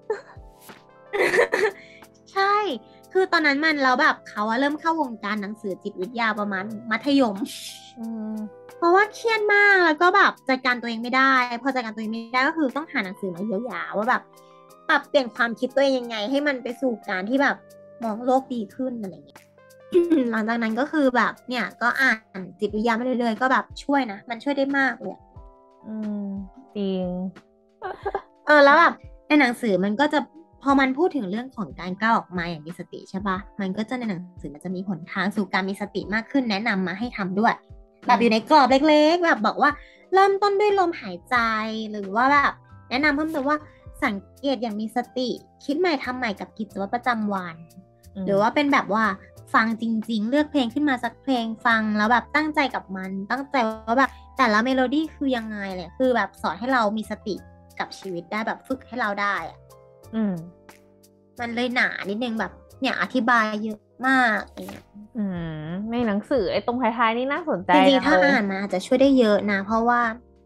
ใช่ คือตอนนั้นมันเราแบบเขาอะเริ่มเข้าวงการหนังสือจิตวิทยาประมาณมัธยมอืมเพราะว่าเครียดมากแล้วก็แบบจัดการตัวเองไม่ได้พอจัดการตัวเองไม่ได้ก็คือต้องหาหนังสือมาเยียวยาว่าแบบปรับเปลี่ยนความคิดตัวเองยังไงให้มันไปสู่การที่แบบมองโลกดีขึ้นอะไรอย่างเงี้ยหลังจากนั้นก็คือแบบเนี่ยก็อ่านจิตวิทยามาเรื่อยๆก็แบบช่วยนะมันช่วยได้มากเลยอืมจริงเออแล้วแบบในหนังสือมันก็จะพอมันพูดถึงเรื่องของการก้าวออกมาอย่างมีสติใช่ปะมันก็จะในหนังสือมันจะมีหนทางสู่การมีสติมากขึ้นแนะนำมาให้ทำด้วยอืแบบอยู่ในมกรอบเล็กๆแบบบอกว่าเริ่มต้นด้วยลมหายใจหรือว่าแบบแนะนำเพิ่มเติมว่าสังเกตอย่างมีสติคิดใหม่ทำใหม่กับกิจวัตรประจำวันอืมหรือว่าเป็นแบบว่าฟังจริงๆเลือกเพลงขึ้นมาสักเพลงฟังแล้วแบบตั้งใจกับมันตั้งใจว่าแบบแต่ละเมโลดี้คือยังไงเลยคือแบบสอนให้เรามีสติ กับชีวิตได้แบบฝึกให้เราได้อะอืมมันเลยหนานิดนึงแบบเนี่ยอธิบายเยอะมากอย่างเงี้ยอืมในหนังสือไอ้ตรงท้ายๆนี่น่าสนใจจริงจังเลยๆถ้าอ่านมาอาจจะช่วยได้เยอะนะเพราะว่า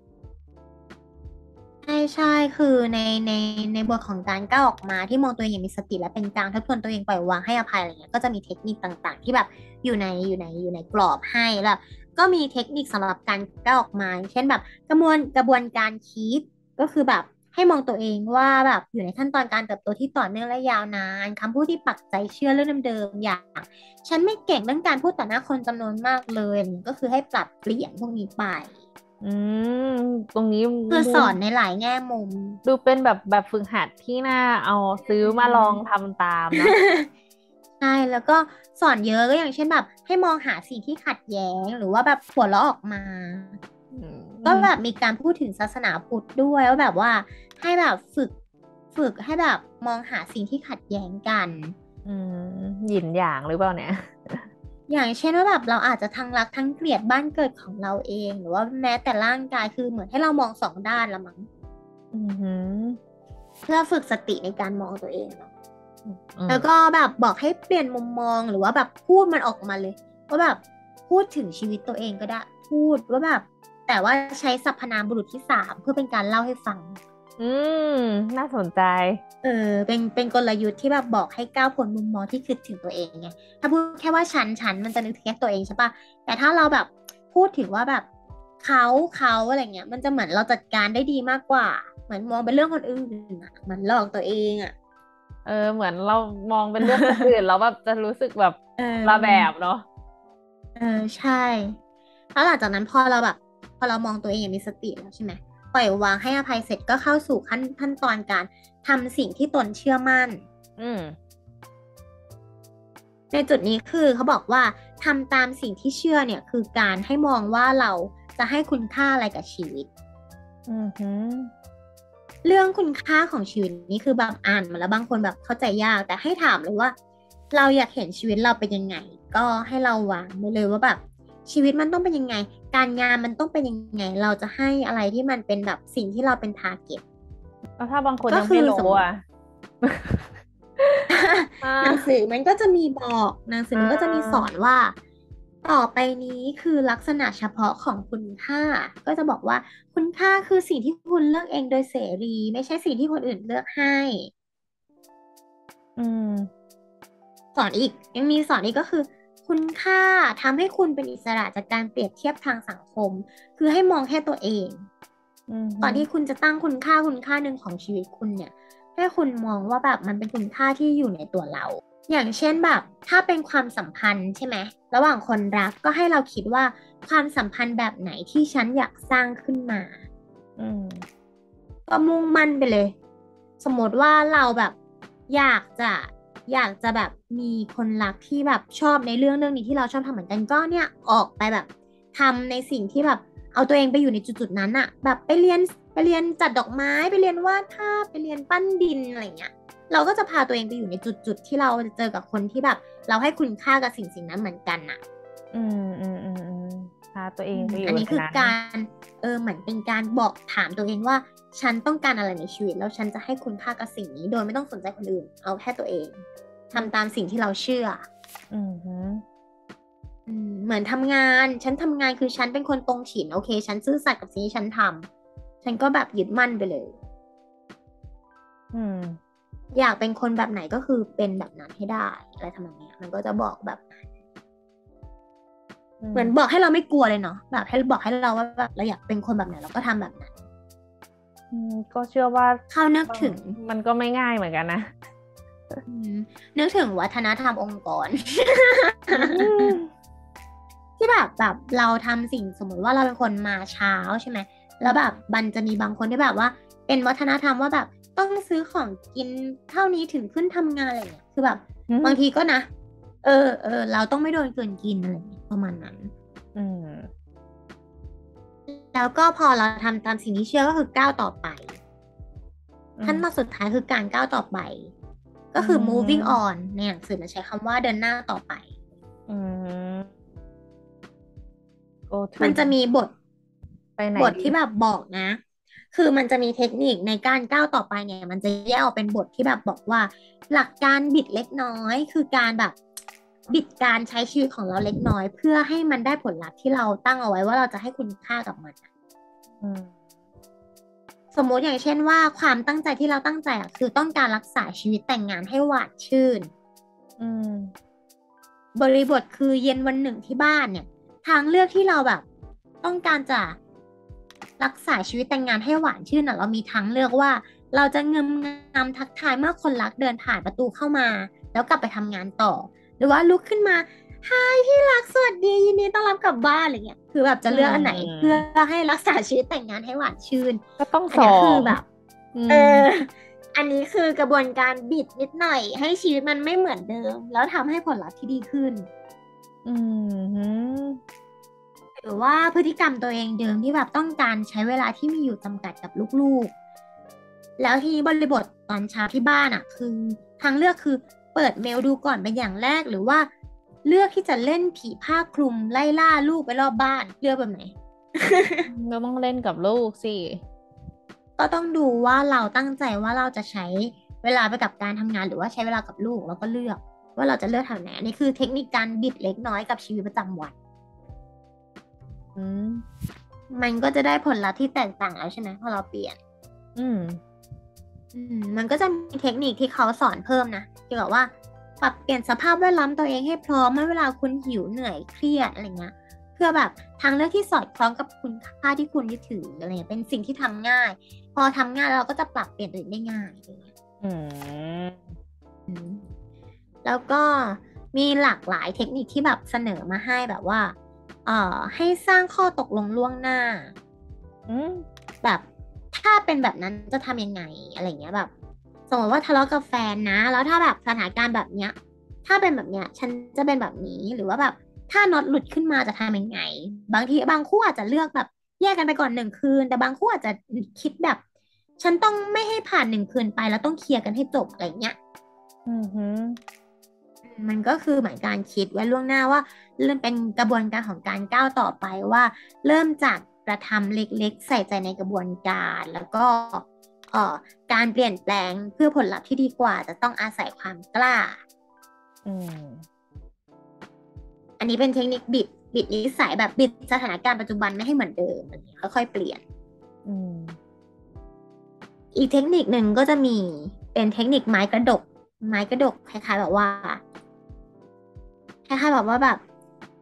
ใช่ใช่คือในในในบทของการก้าวออกมาที่มองตัวเองอย่างมีสติและเป็นกลางทบทวนตัวเองปล่อยวางให้อภัยอะไรเงี้ยก็จะมีเทคนิคต่างๆที่แบบอยู่ในอยู่ในอยู่ในกรอบให้แล้วก็มีเทคนิคสำหรับการก้าวออกมาอย่างเช่นแบบกระบวนกระบวนการคิดก็คือแบบให้มองตัวเองว่าแบบอยู่ในขั้นตอนการเติบโตที่ต่อเนื่องและยาวนานคำพูดที่ปักใจเชื่อเรื่องเดิมๆอย่างฉันไม่เก่งเรื่องการพูดต่อหน้าคนจำนวนมากเลยอย่างนี้ก็คือให้ปรับเปลี่ยนพวกนี้ไปอืมตรงนี้คือดูสอนในหลายแง่มุมดูเป็นแบบแบบฝึกหัดที่น่าเอาซื้อมาลองทำตามเนาะใช่แล้วก็สอนเยอะก็อย่างเช่นแบบให้มองหาสิ่งที่ขัดแย้งหรือว่าแบบหัวเราะออกมาอืก็แบบมมีการพูดถึงศาสนาพุทธด้วยว่าแบบว่าให้แบบฝึกฝึกให้แบบมองหาสิ่งที่ขัดแย้งกันอืมหยินหยางหรือเปล่าเนี่ยอย่างเช่นว่าแบบเราอาจจะทั้งรักทั้งเกลียดบ้านเกิดของเราเองหรือว่าแม้แต่ร่างกายคือเหมือนให้เรามองสองด้านละมั้งอืมอืมเพื่อฝึกสติในการมองตัวเองเนาะอืมแล้วก็แบบบอกให้เปลี่ยนมุมมองหรือว่าแบบพูดมันออกมาเลยว่าแบบพูดถึงชีวิตตัวเองก็ได้พูดว่าแบบแต่ว่าใช้สรรพนามบุรุษที่สามเพื่อเป็นการเล่าให้ฟังอืมน่าสนใจเออเป็นเป็นกลยุทธ์ที่แบบบอกให้ก้าวพ้นมุมมองที่คิดถึงตัวเองไงถ้าพูดแค่ว่าฉันฉันมันจะนึกถึงแค่ตัวเองใช่ปะแต่ถ้าเราแบบพูดถึงว่าแบบเขาเขาอะไรเงี้ยมันจะเหมือนเราจัดการได้ดีมากกว่าเหมือนมองเป็นเรื่องคนอื่นอะเหมันหลอกตัวเองอะเออเหมือนเรามองเป็นเรื่องคนอื่นแล้วแบบจะรู้สึกแบบเอละแบบอเนาะเออใช่แล้วหลังจากนั้นพอเราแบบพอเรามองตัวเองอย่างมีสติแล้วใช่ไหมปล่อยวางให้อภัยเสร็จก็เข้าสู่ขั้นขั้นตอนการทำสิ่งที่ตนเชื่อมั่นอืมในจุดนี้คือเขาบอกว่าทำตามสิ่งที่เชื่อเนี่ยคือการให้มองว่าเราจะให้คุณค่าอะไรกับชีวิตอืมหืมเรื่องคุณค่าของชีวิตนี่คือแบบอ่านมาแล้วบางคนแบบเข้าใจยากแต่ให้ถามเลยว่าเราอยากเห็นชีวิตเราเป็นยังไงก็ให้เราวางไปเลยว่าแบบชีวิตมันต้องเป็นยังไงการงานมันต้องเป็นยังไงเราจะให้อะไรที่มันเป็นแบบสิ่งที่เราเป็นทาร์เก็ตแล้วถ้าบางคนก็คืยังไม่รู้อสมมติอ่ะ อ่หนังสือามันก็จะมีบอกหนังสืออ่มันก็จะมีสอานว่าต่อไปนี้คือลักษณะเฉพาะของคุณค่าก็จะบอกว่าคุณค่าคือสิ่งที่คุณเลือกเองโดยเสรีไม่ใช่สิ่งที่คนอื่นเลือกให้อืมสอนอีกยังมีสอนอีกก็คือคุณค่าทำให้คุณเป็นอิสระจากการเปรียบเทียบทางสังคมคือให้มองแค่ตัวเองอืมฮึก่อนที่คุณจะตั้งคุณค่าคุณค่าหนึ่งของชีวิตคุณเนี่ยให้คุณมองว่าแบบมันเป็นคุณค่าที่อยู่ในตัวเราอย่างเช่นแบบถ้าเป็นความสัมพันธ์ใช่ไหมระหว่างคนรักก็ให้เราคิดว่าความสัมพันธ์แบบไหนที่ฉันอยากสร้างขึ้นมาอืมก็มุ่งมั่นไปเลยสมมติว่าเราแบบอยากจะอยากจะแบบมีคนรักที่แบบชอบในเรื่องเรื่องนี้ที่เราชอบทำเหมือนกันก็เนี่ยออกไปแบบทำในสิ่งที่แบบเอาตัวเองไปอยู่ในจุดๆนั้นอะแบบไปเรียนไปเรียนจัดดอกไม้ไปเรียนวาดภาพไปเรียนปั้นดินอะไรเงี้ยเราก็จะพาตัวเองไปอยู่ในจุดๆที่เราจะเจอกับคนที่แบบเราให้คุณค่ากับสิ่งสิ่งนั้นเหมือนกันอะอืมอืมอืมอืมพาตัวเออืมงไปอยู่อันนี้คือในนั้นการเออเหมือนเป็นการบอกถามตัวเองว่าฉันต้องการอะไรในชีวิตแล้วฉันจะให้คุณค่ากับสิ่งนี้โดยไม่ต้องสนใจคนอื่นเอาแค่ตัวเองอืมทำตามสิ่งที่เราเชื่ออืมฮึอืมเหมือนทำงานฉันทำงานคือฉันเป็นคนตรงฉินโอเคฉันซื่อสัตย์กับสิ่งที่ฉันทำฉันก็แบบยึดมั่นไปเลยอืมอยากเป็นคนแบบไหนก็คือเป็นแบบนั้นให้ได้อะไรทำนองเนี้ยมันก็จะบอกแบบอืมเหมือนบอกให้เราไม่กลัวเลยเนาะแบบให้บอกให้เราว่าแบบเราอยากเป็นคนแบบไหนเราก็ทำแบบนั้นอืมก็เชื่อว่าเขานึกมันถึงมันก็ไม่ง่ายเหมือนกันนะอืมนึกถึงวัฒนธรรมองค์กรอืมที่แบบแบบเราทำสิ่งสมมติว่าเราเป็นคนมาเช้าใช่ไหมแล้วแบบมันจะมีบางคนที่แบบว่าเป็นวัฒนธรรมว่าแบบต้องซื้อของกินเท่านี้ถึงขึ้นทำงานอะไรเงี้ยคือแบบอืมบางทีก็นะเออเออเราต้องไม่โดนเกินกินอะไรเงี้ยประมาณนั้นอืมแล้วก็พอเราทำตามสิ่งที่เชื่อก็คือก้าวต่อไปอืมขั้นตอนสุดท้ายคือการก้าวต่อไปอืก็คือ moving ม on ในหนังสือมันใช้คำว่าเดินหน้าต่อไปอืม go to มันจะมีบทไปไหนดีบทที่แบบบอกนะ คือมันจะมีเทคนิคในการก้าวต่อไปเนี่ยมันจะแยกออกเป็นบทที่แบบบอกว่าหลักการบิดเล็กน้อยคือการแบบบิดการใช้ชีวิตของเราเล็กน้อยเพื่อให้มันได้ผลลัพธ์ที่เราตั้งเอาไว้ว่าเราจะให้คุณค่ากับมันอะอืมสมมติอย่างเช่นว่าความตั้งใจที่เราตั้งใจอะคือต้องการรักษาชีวิตแต่งงานให้หวานชื่นอืมบริบทคือเย็นวันหนึ่งที่บ้านเนี่ยทางเลือกที่เราแบบต้องการจะรักษาชีวิตแต่งงานให้หวานชื่นน่ะเรามีทางเลือกว่าเราจะเงมงามทักทายเมื่อคนรักเดินผ่านประตูเข้ามาแล้วกลับไปทำงานต่อหรือว่าลุกขึ้นมาฮายพี่รักสวัสดียินดีต้อนรับกลับบ้านอะไรเงี้ยคือแบบจะอืเลือกอันไหนเพื่อมให้รักษาชีวิตแต่งงานให้หวานชื่นก็ต้องสออันเนี้ยคืองแบบอืเอมออันนี้คือกระบวนการบิดนิดหน่อยให้ชีวิตมันไม่เหมือนเดิมแล้วทำให้ผลลัพธ์ที่ดีขึ้นอืมหรือว่าพฤติกรรมตัวเองเดิมที่แบบต้องการใช้เวลาที่มีอยู่จำกัดกับลูกๆแล้วทีนี้บริบทตอนเช้าที่บ้านอ่ะคือทางเลือกคือเปิดเมลดูก่อนเป็นอย่างแรกหรือว่าเลือกที่จะเล่นผีผ้าคลุมไล่ล่าลูกไปรอบบ้านเลือกแบบไหนก็ต้องเล่นกับลูกสิก็ต้องดูว่าเราตั้งใจว่าเราจะใช้เวลาไปกับการทำงานหรือว่าใช้เวลากับลูกแล้วก็เลือกว่าเราจะเลือกทางไหนอันนี่คือเทคนิคการบิดเล็กน้อยกับชีวิตประจำวันอืมมันก็จะได้ผลลัพธ์ที่แตกต่างแล้วใช่ไหมพอเราเปลี่ยนอืมอืมมันก็จะมีเทคนิคที่เขาสอนเพิ่มนะเกี่ยวกับว่าปรับเปลี่ยนสภาพแวดล้อมตัวเองให้พร้อมเมื่อเวลาคุณหิวเหนื่อยเครียดอะไรเงี้ยเพื่อแบบทางเลือกที่สอดคล้องกับคุณค่าที่คุณยึดถืออะไรเงี้ยเป็นสิ่งที่ทำง่ายพอทำง่ายเราก็จะปรับเปลี่ยนตัวเองได้ง่ายอะไรเงี้ยอืมอืมแล้วก็มีหลากหลายเทคนิคที่แบบเสนอมาให้แบบว่าเอ่อให้สร้างข้อตกลงล่วงหน้าอืมแบบถ้าเป็นแบบนั้นจะทำยังไงอะไรเงี้ยแบบสมมติว่าทะเลาะกับแฟนนะแล้วถ้าแบบสถานการณ์แบบเนี้ยถ้าเป็นแบบเนี้ยฉันจะเป็นแบบนี้หรือว่าแบบถ้าน็อตหลุดขึ้นมาจะทำยังไงบางทีบางคู่อาจจะเลือกแบบแยกกันไปก่อนหนึ่งคืนแต่บางคู่อาจจะคิดแบบฉันต้องไม่ให้ผ่านหนึ่งคืนไปแล้วต้องเคลียร์กันให้จบอะไรเงี้ยอืมฮึมันก็คือเหมือนการคิดไว้ล่วงหน้าว่าเริ่มเป็นกระบวนการของการก้าวต่อไปว่าเริ่มจากกระทำเล็กๆใส่ใจในกระบวนการแล้วก็เอ่อการเปลี่ยนแปลงเพื่อผลลัพธ์ที่ดีกว่าจะต้องอาศัยความกล้าอืมอันนี้เป็นเทคนิคบิดบิดนิสัยแบบบิดสถานการณ์ปัจจุบันไม่ให้เหมือนเดิมอะไรอย่างเงี้ยค่อยๆเปลี่ยนอืมอีกเทคนิคหนึ่งก็จะมีเป็นเทคนิคไม้กระดกไม้กระดกคล้ายๆแบบว่าคล้ายๆแบบว่าแบบ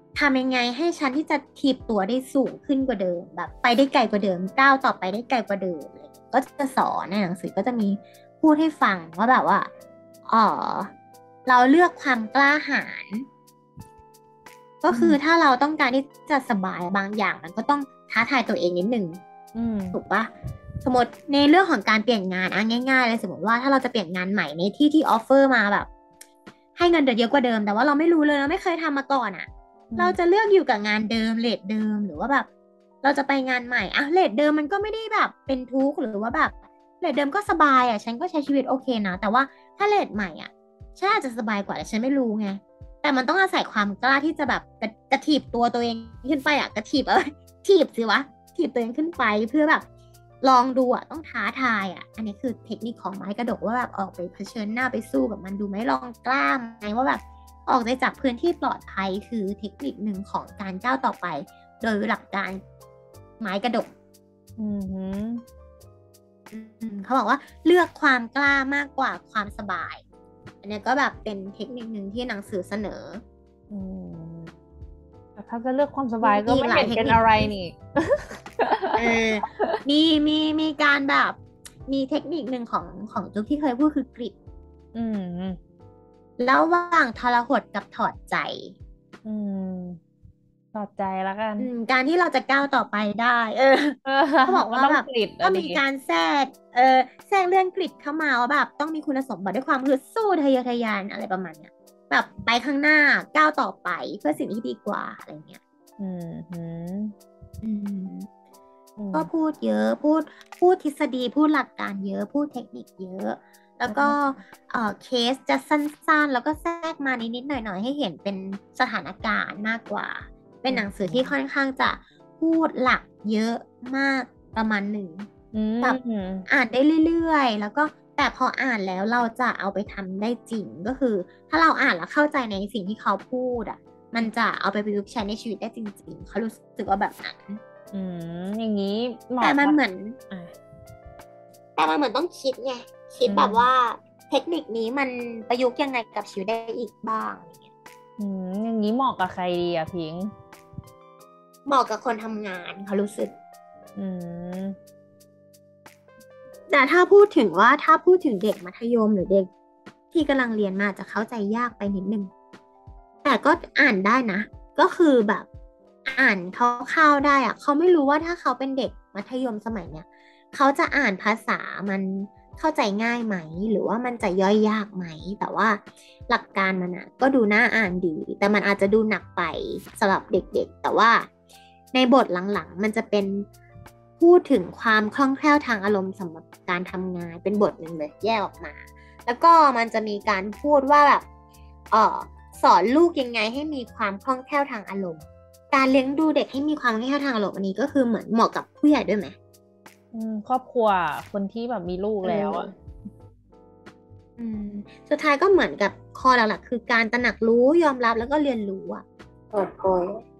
ทำยังไงให้ฉันที่จะถีบตัวได้สูงขึ้นกว่าเดิมแบบไปได้ไกลกว่าเดิมก้าวต่อไปได้ไกลกว่าเดิมอะไรอย่างเงี้ยก็จะสอนในหนังสือก็จะมีพูดให้ฟังว่าแบบว่าอ๋อเราเลือกความกล้าหาญก็อืมคือถ้าเราต้องการที่จะสบายบางอย่างมันก็ต้องท้าทายตัวเองนิดนึงอืมถูกปะสมมติในเรื่องของการเปลี่ยนงานอ่ะง่ายๆเลยสมมติว่าถ้าเราจะเปลี่ยนงานใหม่ในที่ที่ออฟเฟอร์มาแบบให้เงินเดือนเยอะกว่าเดิมแต่ว่าเราไม่รู้เลยเราไม่เคยทำมาก่อนอ่ะ เราจะอืมเลือกอยู่กับงานเดิมเรทเดิมหรือว่าแบบเราจะไปงานใหม่อะเรทเดิมมันก็ไม่ได้แบบเป็นทุกข์หรือว่าแบบเรทเดิมก็สบายอะฉันก็ใช้ชีวิตโอเคนะแต่ว่าถ้าเรทใหม่อะฉันอาจจะสบายกว่าแต่ฉันไม่รู้ไงแต่มันต้องอาศัยความกล้าที่จะแบบกระกระถีบตัวตัวเองขึ้นไปอะกระถีบเออถีบสิวะถีบตัวเองขึ้นไปเพื่อแบบลองดูอะต้องท้าทายอะอันนี้คือเทคนิคของไม้กระดกว่าแบบออกไปเผชิญหน้าไปสู้กับมันดูไหมลองกล้าไหมว่าแบบ ออกไปจากพื้นที่ปลอดภัยคือเทคนิคหนึ่งของการก้าวต่อไปโดยหลักการไม้กระดกอืมอืมเขาบอกว่าเลือกความกล้ามากกว่าความสบายอันนี้ก็แบบเป็นเทคนิคหนึ่งที่หนังสือเสนออืมแต่ถ้าจะเลือกความสมีบายก็อีกไม่เห็นหลายเทคนิคเป็นอะไรที่นี่เออมีมีมีการแบบมีเทคนิคหนึ่งของของจุ๊บที่เคยพูดคือกริดอืมระหว่างทรหดกับถอดใจอืมสอดใจแล้วกันอืมการที่เราจะก้าวต่อไปได้เออเออเขาบอกมันต้องว่าแบบกริดอะดีต้องมีการแทรกเออแทรกเรื่องกริดเข้ามาว่าแบบต้องมีคุณสมบัติด้วยความคือสู้ทะเยอทะยานอะไรประมาณเนี้ยแบบไปข้างหน้าก้าวต่อไปเพื่อสิ่งที่ดีกว่าอะไรเงี้ยอืมอืมอืมอืมก็พูดเยอะพูดพูดทฤษฎีพูดหลักการเยอะพูดเทคนิคเยอะแล้วก็เอ่อเคสจะสั้นๆแล้วก็แทรกมานิดๆหน่อยๆให้เห็นเป็นสถานการณ์มากกว่าเป็นอืหนังสือที่ค่มอนข้างจะพูดหลักเยอะมากประมาณหนึ่งอืแบบมอ่านได้เรื่อยๆแล้วก็แต่พออ่านแล้วเราจะเอาไปทำได้จริงก็คือถ้าเราอ่านแล้วเข้าใจในสิ่งที่เขาพูดอ่ะมันจะเอาไปประยุกต์ใช้ในชีวิตได้จริงๆเขารู้สึกว่าแบบนั้นอืมอย่างนี้เหแต่มาะกับมันเหมือนอ่ะแต่มันเหมือนต้องคิดไงคิอืดแบบว่ามเทคนิคนี้มันประยุกต์ยังไงกับชีวิตได้อีกบ้างอย่างเงี้ยอืมอย่างนี้เหมาะกับใครดีอะพิงค์เหมาะกับคนทำงานเขารู้สึกอืมแต่ถ้าพูดถึงว่าถ้าพูดถึงเด็กมัธยมหรือเด็กที่กำลังเรียนมาจะเข้าใจยากไปนิดนึงแต่ก็อ่านได้นะก็คือแบบอ่านคร่าวๆได้อะเขาไม่รู้ว่าถ้าเขาเป็นเด็กมัธยมสมัยเนี้ยเขาจะอ่านภาษามันเข้าใจง่ายไหมหรือว่ามันจะย่อยยากไหมแต่ว่าหลักการมันอะก็ดูน่าอ่านดีแต่มันอาจจะดูหนักไปสำหรับเด็กๆแต่ว่าในบทหลังๆมันจะเป็นพูดถึงความคล่องแคล่วทางอารมณ์สำหรับการทำงานเป็นบทหนึ่งเลยแยกออกมา แล้วก็มันจะมีการพูดว่าแบบเออสอนลูกยังไงให้มีความคล่องแคล่วทางอารมณ์การเลี้ยงดูเด็กให้มีความคล่องแคล่วทางอารมณ์อันนี้ก็คือเหมือนเหมาะกับผู้ใหญ่ด้วยไหมอืมครอบครัวคนที่แบบมีลูกเแล้วอะอออืมสุดท้ายก็เหมือนกับข้อหลักๆคือการตระหนักรู้ยอมรับแล้วก็เรียนรู้อ่ะโอ้โห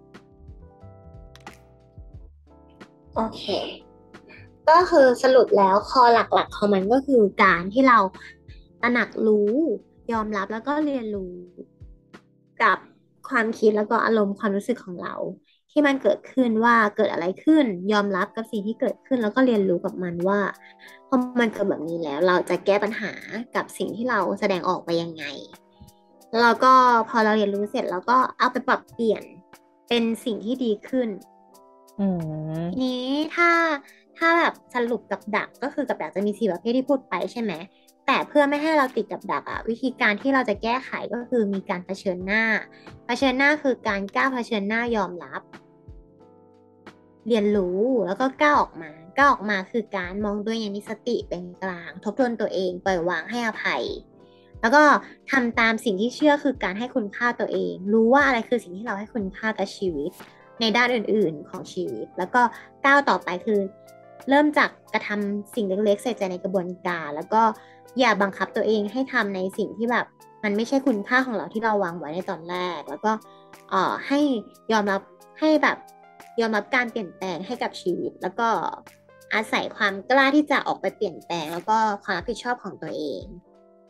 โอเคก็คือสรุปแล้วคอหลักๆของมันก็คือการที่เราตระหนักรู้ยอมรับแล้วก็เรียนรู้ กับความคิดแล้วก็อารมณ์ความรู้สึกของเราที่มันเกิดขึ้นว่าเกิดอะไรขึ้นยอมรับกับสิ่งที่เกิดขึ้นแล้วก็เรียนรู้กับมันว่าพอมันเกิดแบบนี้แล้วเราจะแก้ปัญหากับสิ่งที่เราแสดงออกไปยังไงแล้วเราก็พอเราเรียนรู้เสร็จเราก็เอาไปปรับเปลี่ยนเป็นสิ่งที่ดีขึ้นอืทีมนี้ถ้าถ้าแบบสรุปกับดักก็คือกับดักจะมีสี่ประเภทที่พูดไปใช่ไหมแต่เพื่อไม่ให้เราติดกับดักอะวิธีการที่เราจะแก้ไขก็คือมีการเผชิญหน้าเผชิญหน้าคือการกล้าเผชิญหน้ายอมรับเรียนรู้แล้วก็ก้าวออกมาก้าวออกมาคือการมองตัวเองอย่างมีสติเป็นกลางทบทวนตัวเองปล่อยวางให้อภัยแล้วก็ทำตามสิ่งที่เชื่อคือการให้คุณค่าตัวเองรู้ว่าอะไรคือสิ่งที่เราให้คุณค่ากับชีวิต ในด้านอื่นๆของชีวิตแล้วก็ก้าวต่อไปคือเริ่มจากกระทำสิ่งเล็กๆใส่ใจในกระบวนการแล้วก็อย่าบังคับตัวเองให้ทำในสิ่งที่แบบมันไม่ใช่คุณค่าของเราที่เราวางไว้ในตอนแรกแล้วก็เอ่อให้ยอมรับให้แบบยอมรับการเปลี่ยนแปลงให้กับชีวิตแล้วก็อาศัยความกล้าที่จะออกไปเปลี่ยนแปลงแล้วก็ความรับผิดชอบของตัวเอง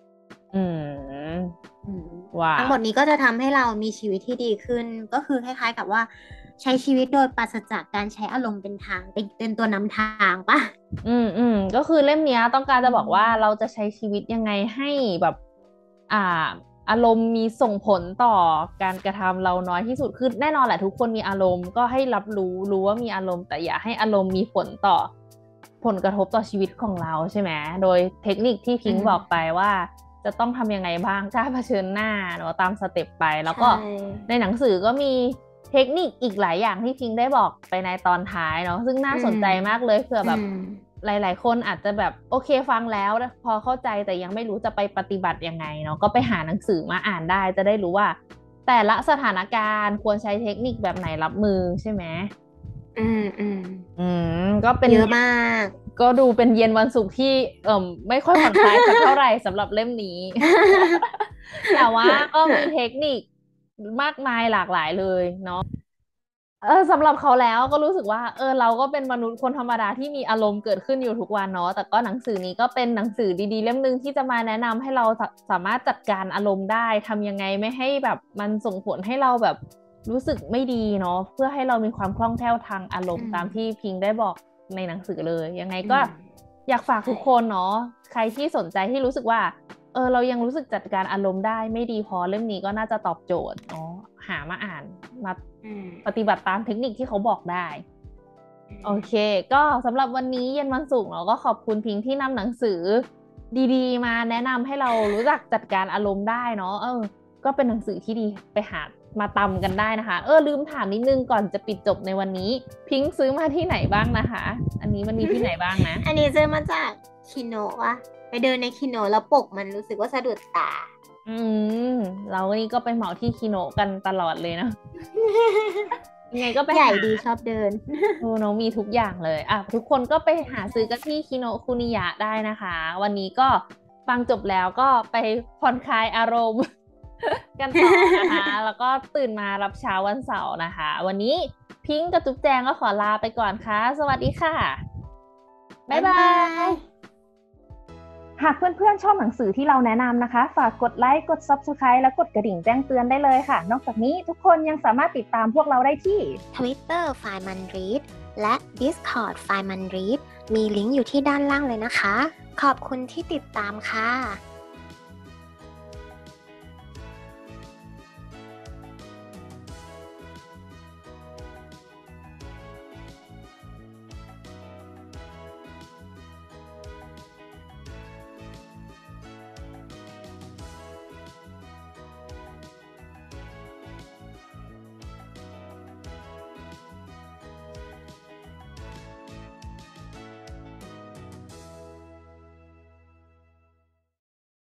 อืมอืมว้าวทั้งหมดนี้ก็จะทำให้เรามีชีวิตที่ดีขึ้นก็คือคล้ายๆกับว่าใช้ชีวิตโดยปราศจากการใช้อารมณ์เป็นทางเป็นเป็นตัวนำทางปะอืมอืมก็คือเล่มเนี้ยต้องการอืจะบอกว่าเรามจะใช้ชีวิตยังไงให้แบบอ่าอารมณ์มีส่งผลต่อการกระทำเราน้อยที่สุดคือแน่นอนแหละทุกคนมีอารมณ์ก็ให้รับรู้รู้ว่ามีอารมณ์แต่อย่าให้อารมณ์มีผลต่อผลกระทบต่อชีวิตของเราใช่ไหมโดยเทคนิคที่อืพิงค์บอกไปมว่าจะต้องทำยังไงบ้างกล้าเผชิญหน้าเนาะตามสเต็ปไปแล้วใช่ก็ในหนังสือก็มีเทคนิคอีกหลายอย่างที่พิงค์ได้บอกไปในตอนท้ายเนาะซึ่งน่าอืสนใจมากมเลยเผื่อแบบอืมหลายๆคนอาจจะแบบโอเคฟังแล้วพอเข้าใจแต่ยังไม่รู้จะไปปฏิบัติยังไงเนาะก็ไปหาหนังสือมาอ่านได้จะได้รู้ว่าแต่ละสถานการณ์ควรใช้เทคนิคแบบไหนรับมือใช่ไหมอืมอืมอืมก็เป็นเยอะมากก็ดูเป็นเย็นวันศุกร์ที่เอ่มไม่ค่อยผ่อนคลายสักเท่าไหร่สำหรับเล่มนี้ แต่ว่าก็มีเทคนิคมากมายหลากหลายเลยเนาะ เออสำหรับเขาแล้วก็รู้สึกว่าเออเราก็เป็นมนุษย์คนธรรมดาที่มีอารมณ์เกิดขึ้นอยู่ทุกวันเนาะแต่ก็หนังสือนี้ก็เป็นหนังสือดีๆเล่มหนึ่งที่จะมาแนะนำให้เราสาสามารถจัดการอารมณ์ได้ทำยังไงไม่ให้แบบมันส่งผลให้เราแบบรู้สึกไม่ดีเนาะเพื่อให้เรามีความคล่องแคล่วทางอารมอืณ์ตามที่มพิงค์ได้บอกในหนังสือเลยยังไงก็อืมอยากฝากใช่ทุกคนเนาะใครที่สนใจที่รู้สึกว่าเออเรายังรู้สึกจัดการอารมณ์ได้ไม่ดีพอเล่มนี้ก็น่าจะตอบโจทย์เนาะหามาอ่านมาอืมปฏิบัติตามเทคนิคที่เขาบอกได้อืโอเคมก็สำหรับวันนี้เย็นวันศุกร์เราก็ขอบคุณพิงค์ที่นำหนังสือดีๆมาแนะนำให้เรารู้จักจัดการอารมณ์ได้เนาะเออก็เป็นหนังสือที่ดีไปหามาตำกันได้นะคะเออลืมถามนิดนึงก่อนจะปิดจบในวันนี้พิงค์ซื้อมาที่ไหนบ้างนะคะอันนี้มันมีที่ไหนบ้างนะอันนี้ซื้อมาจากคิโนะวะไปเดินในคิโนะแล้วปกมันรู้สึกว่าสะดุดตาอืมเรานี่ก็ไปเหมาที่คิโนะกันตลอดเลยเนาะยังไงก็ไปใหญ่หาดีชอบเดินโอ้น้องมีทุกอย่างเลยอ่ะทุกคนก็ไปหาซื้อกันที่คิโนคุนิยะได้นะคะ วันนี้ก็ฟังจบแล้วก็ไปผ่อนคลายอารมณ์ กันต่อนะคะ แล้วก็ตื่นมารับเช้าวันเสาร์นะคะ วันนี้พิงค์กับจุ๊บแจงก็ขอลาไปก่อนค่ะ สวัสดีค่ะ บ๊าบ๊ายยบาบายย หากเพื่อนๆชอบหนังสือที่เราแนะนำนะคะ ฝากกดไลค์ กด ซับสไครบ์ และกดกระดิ่งแจ้งเตือนได้เลยค่ะ นอกจากนี้ทุกคนยังสามารถติดตามพวกเราได้ที่ Twitter ไฟล์มันรีดและ Discord ไฟล์มันรีดมีลิงก์อยู่ที่ด้านล่างเลยนะคะ ขอบคุณที่ติดตามค่ะ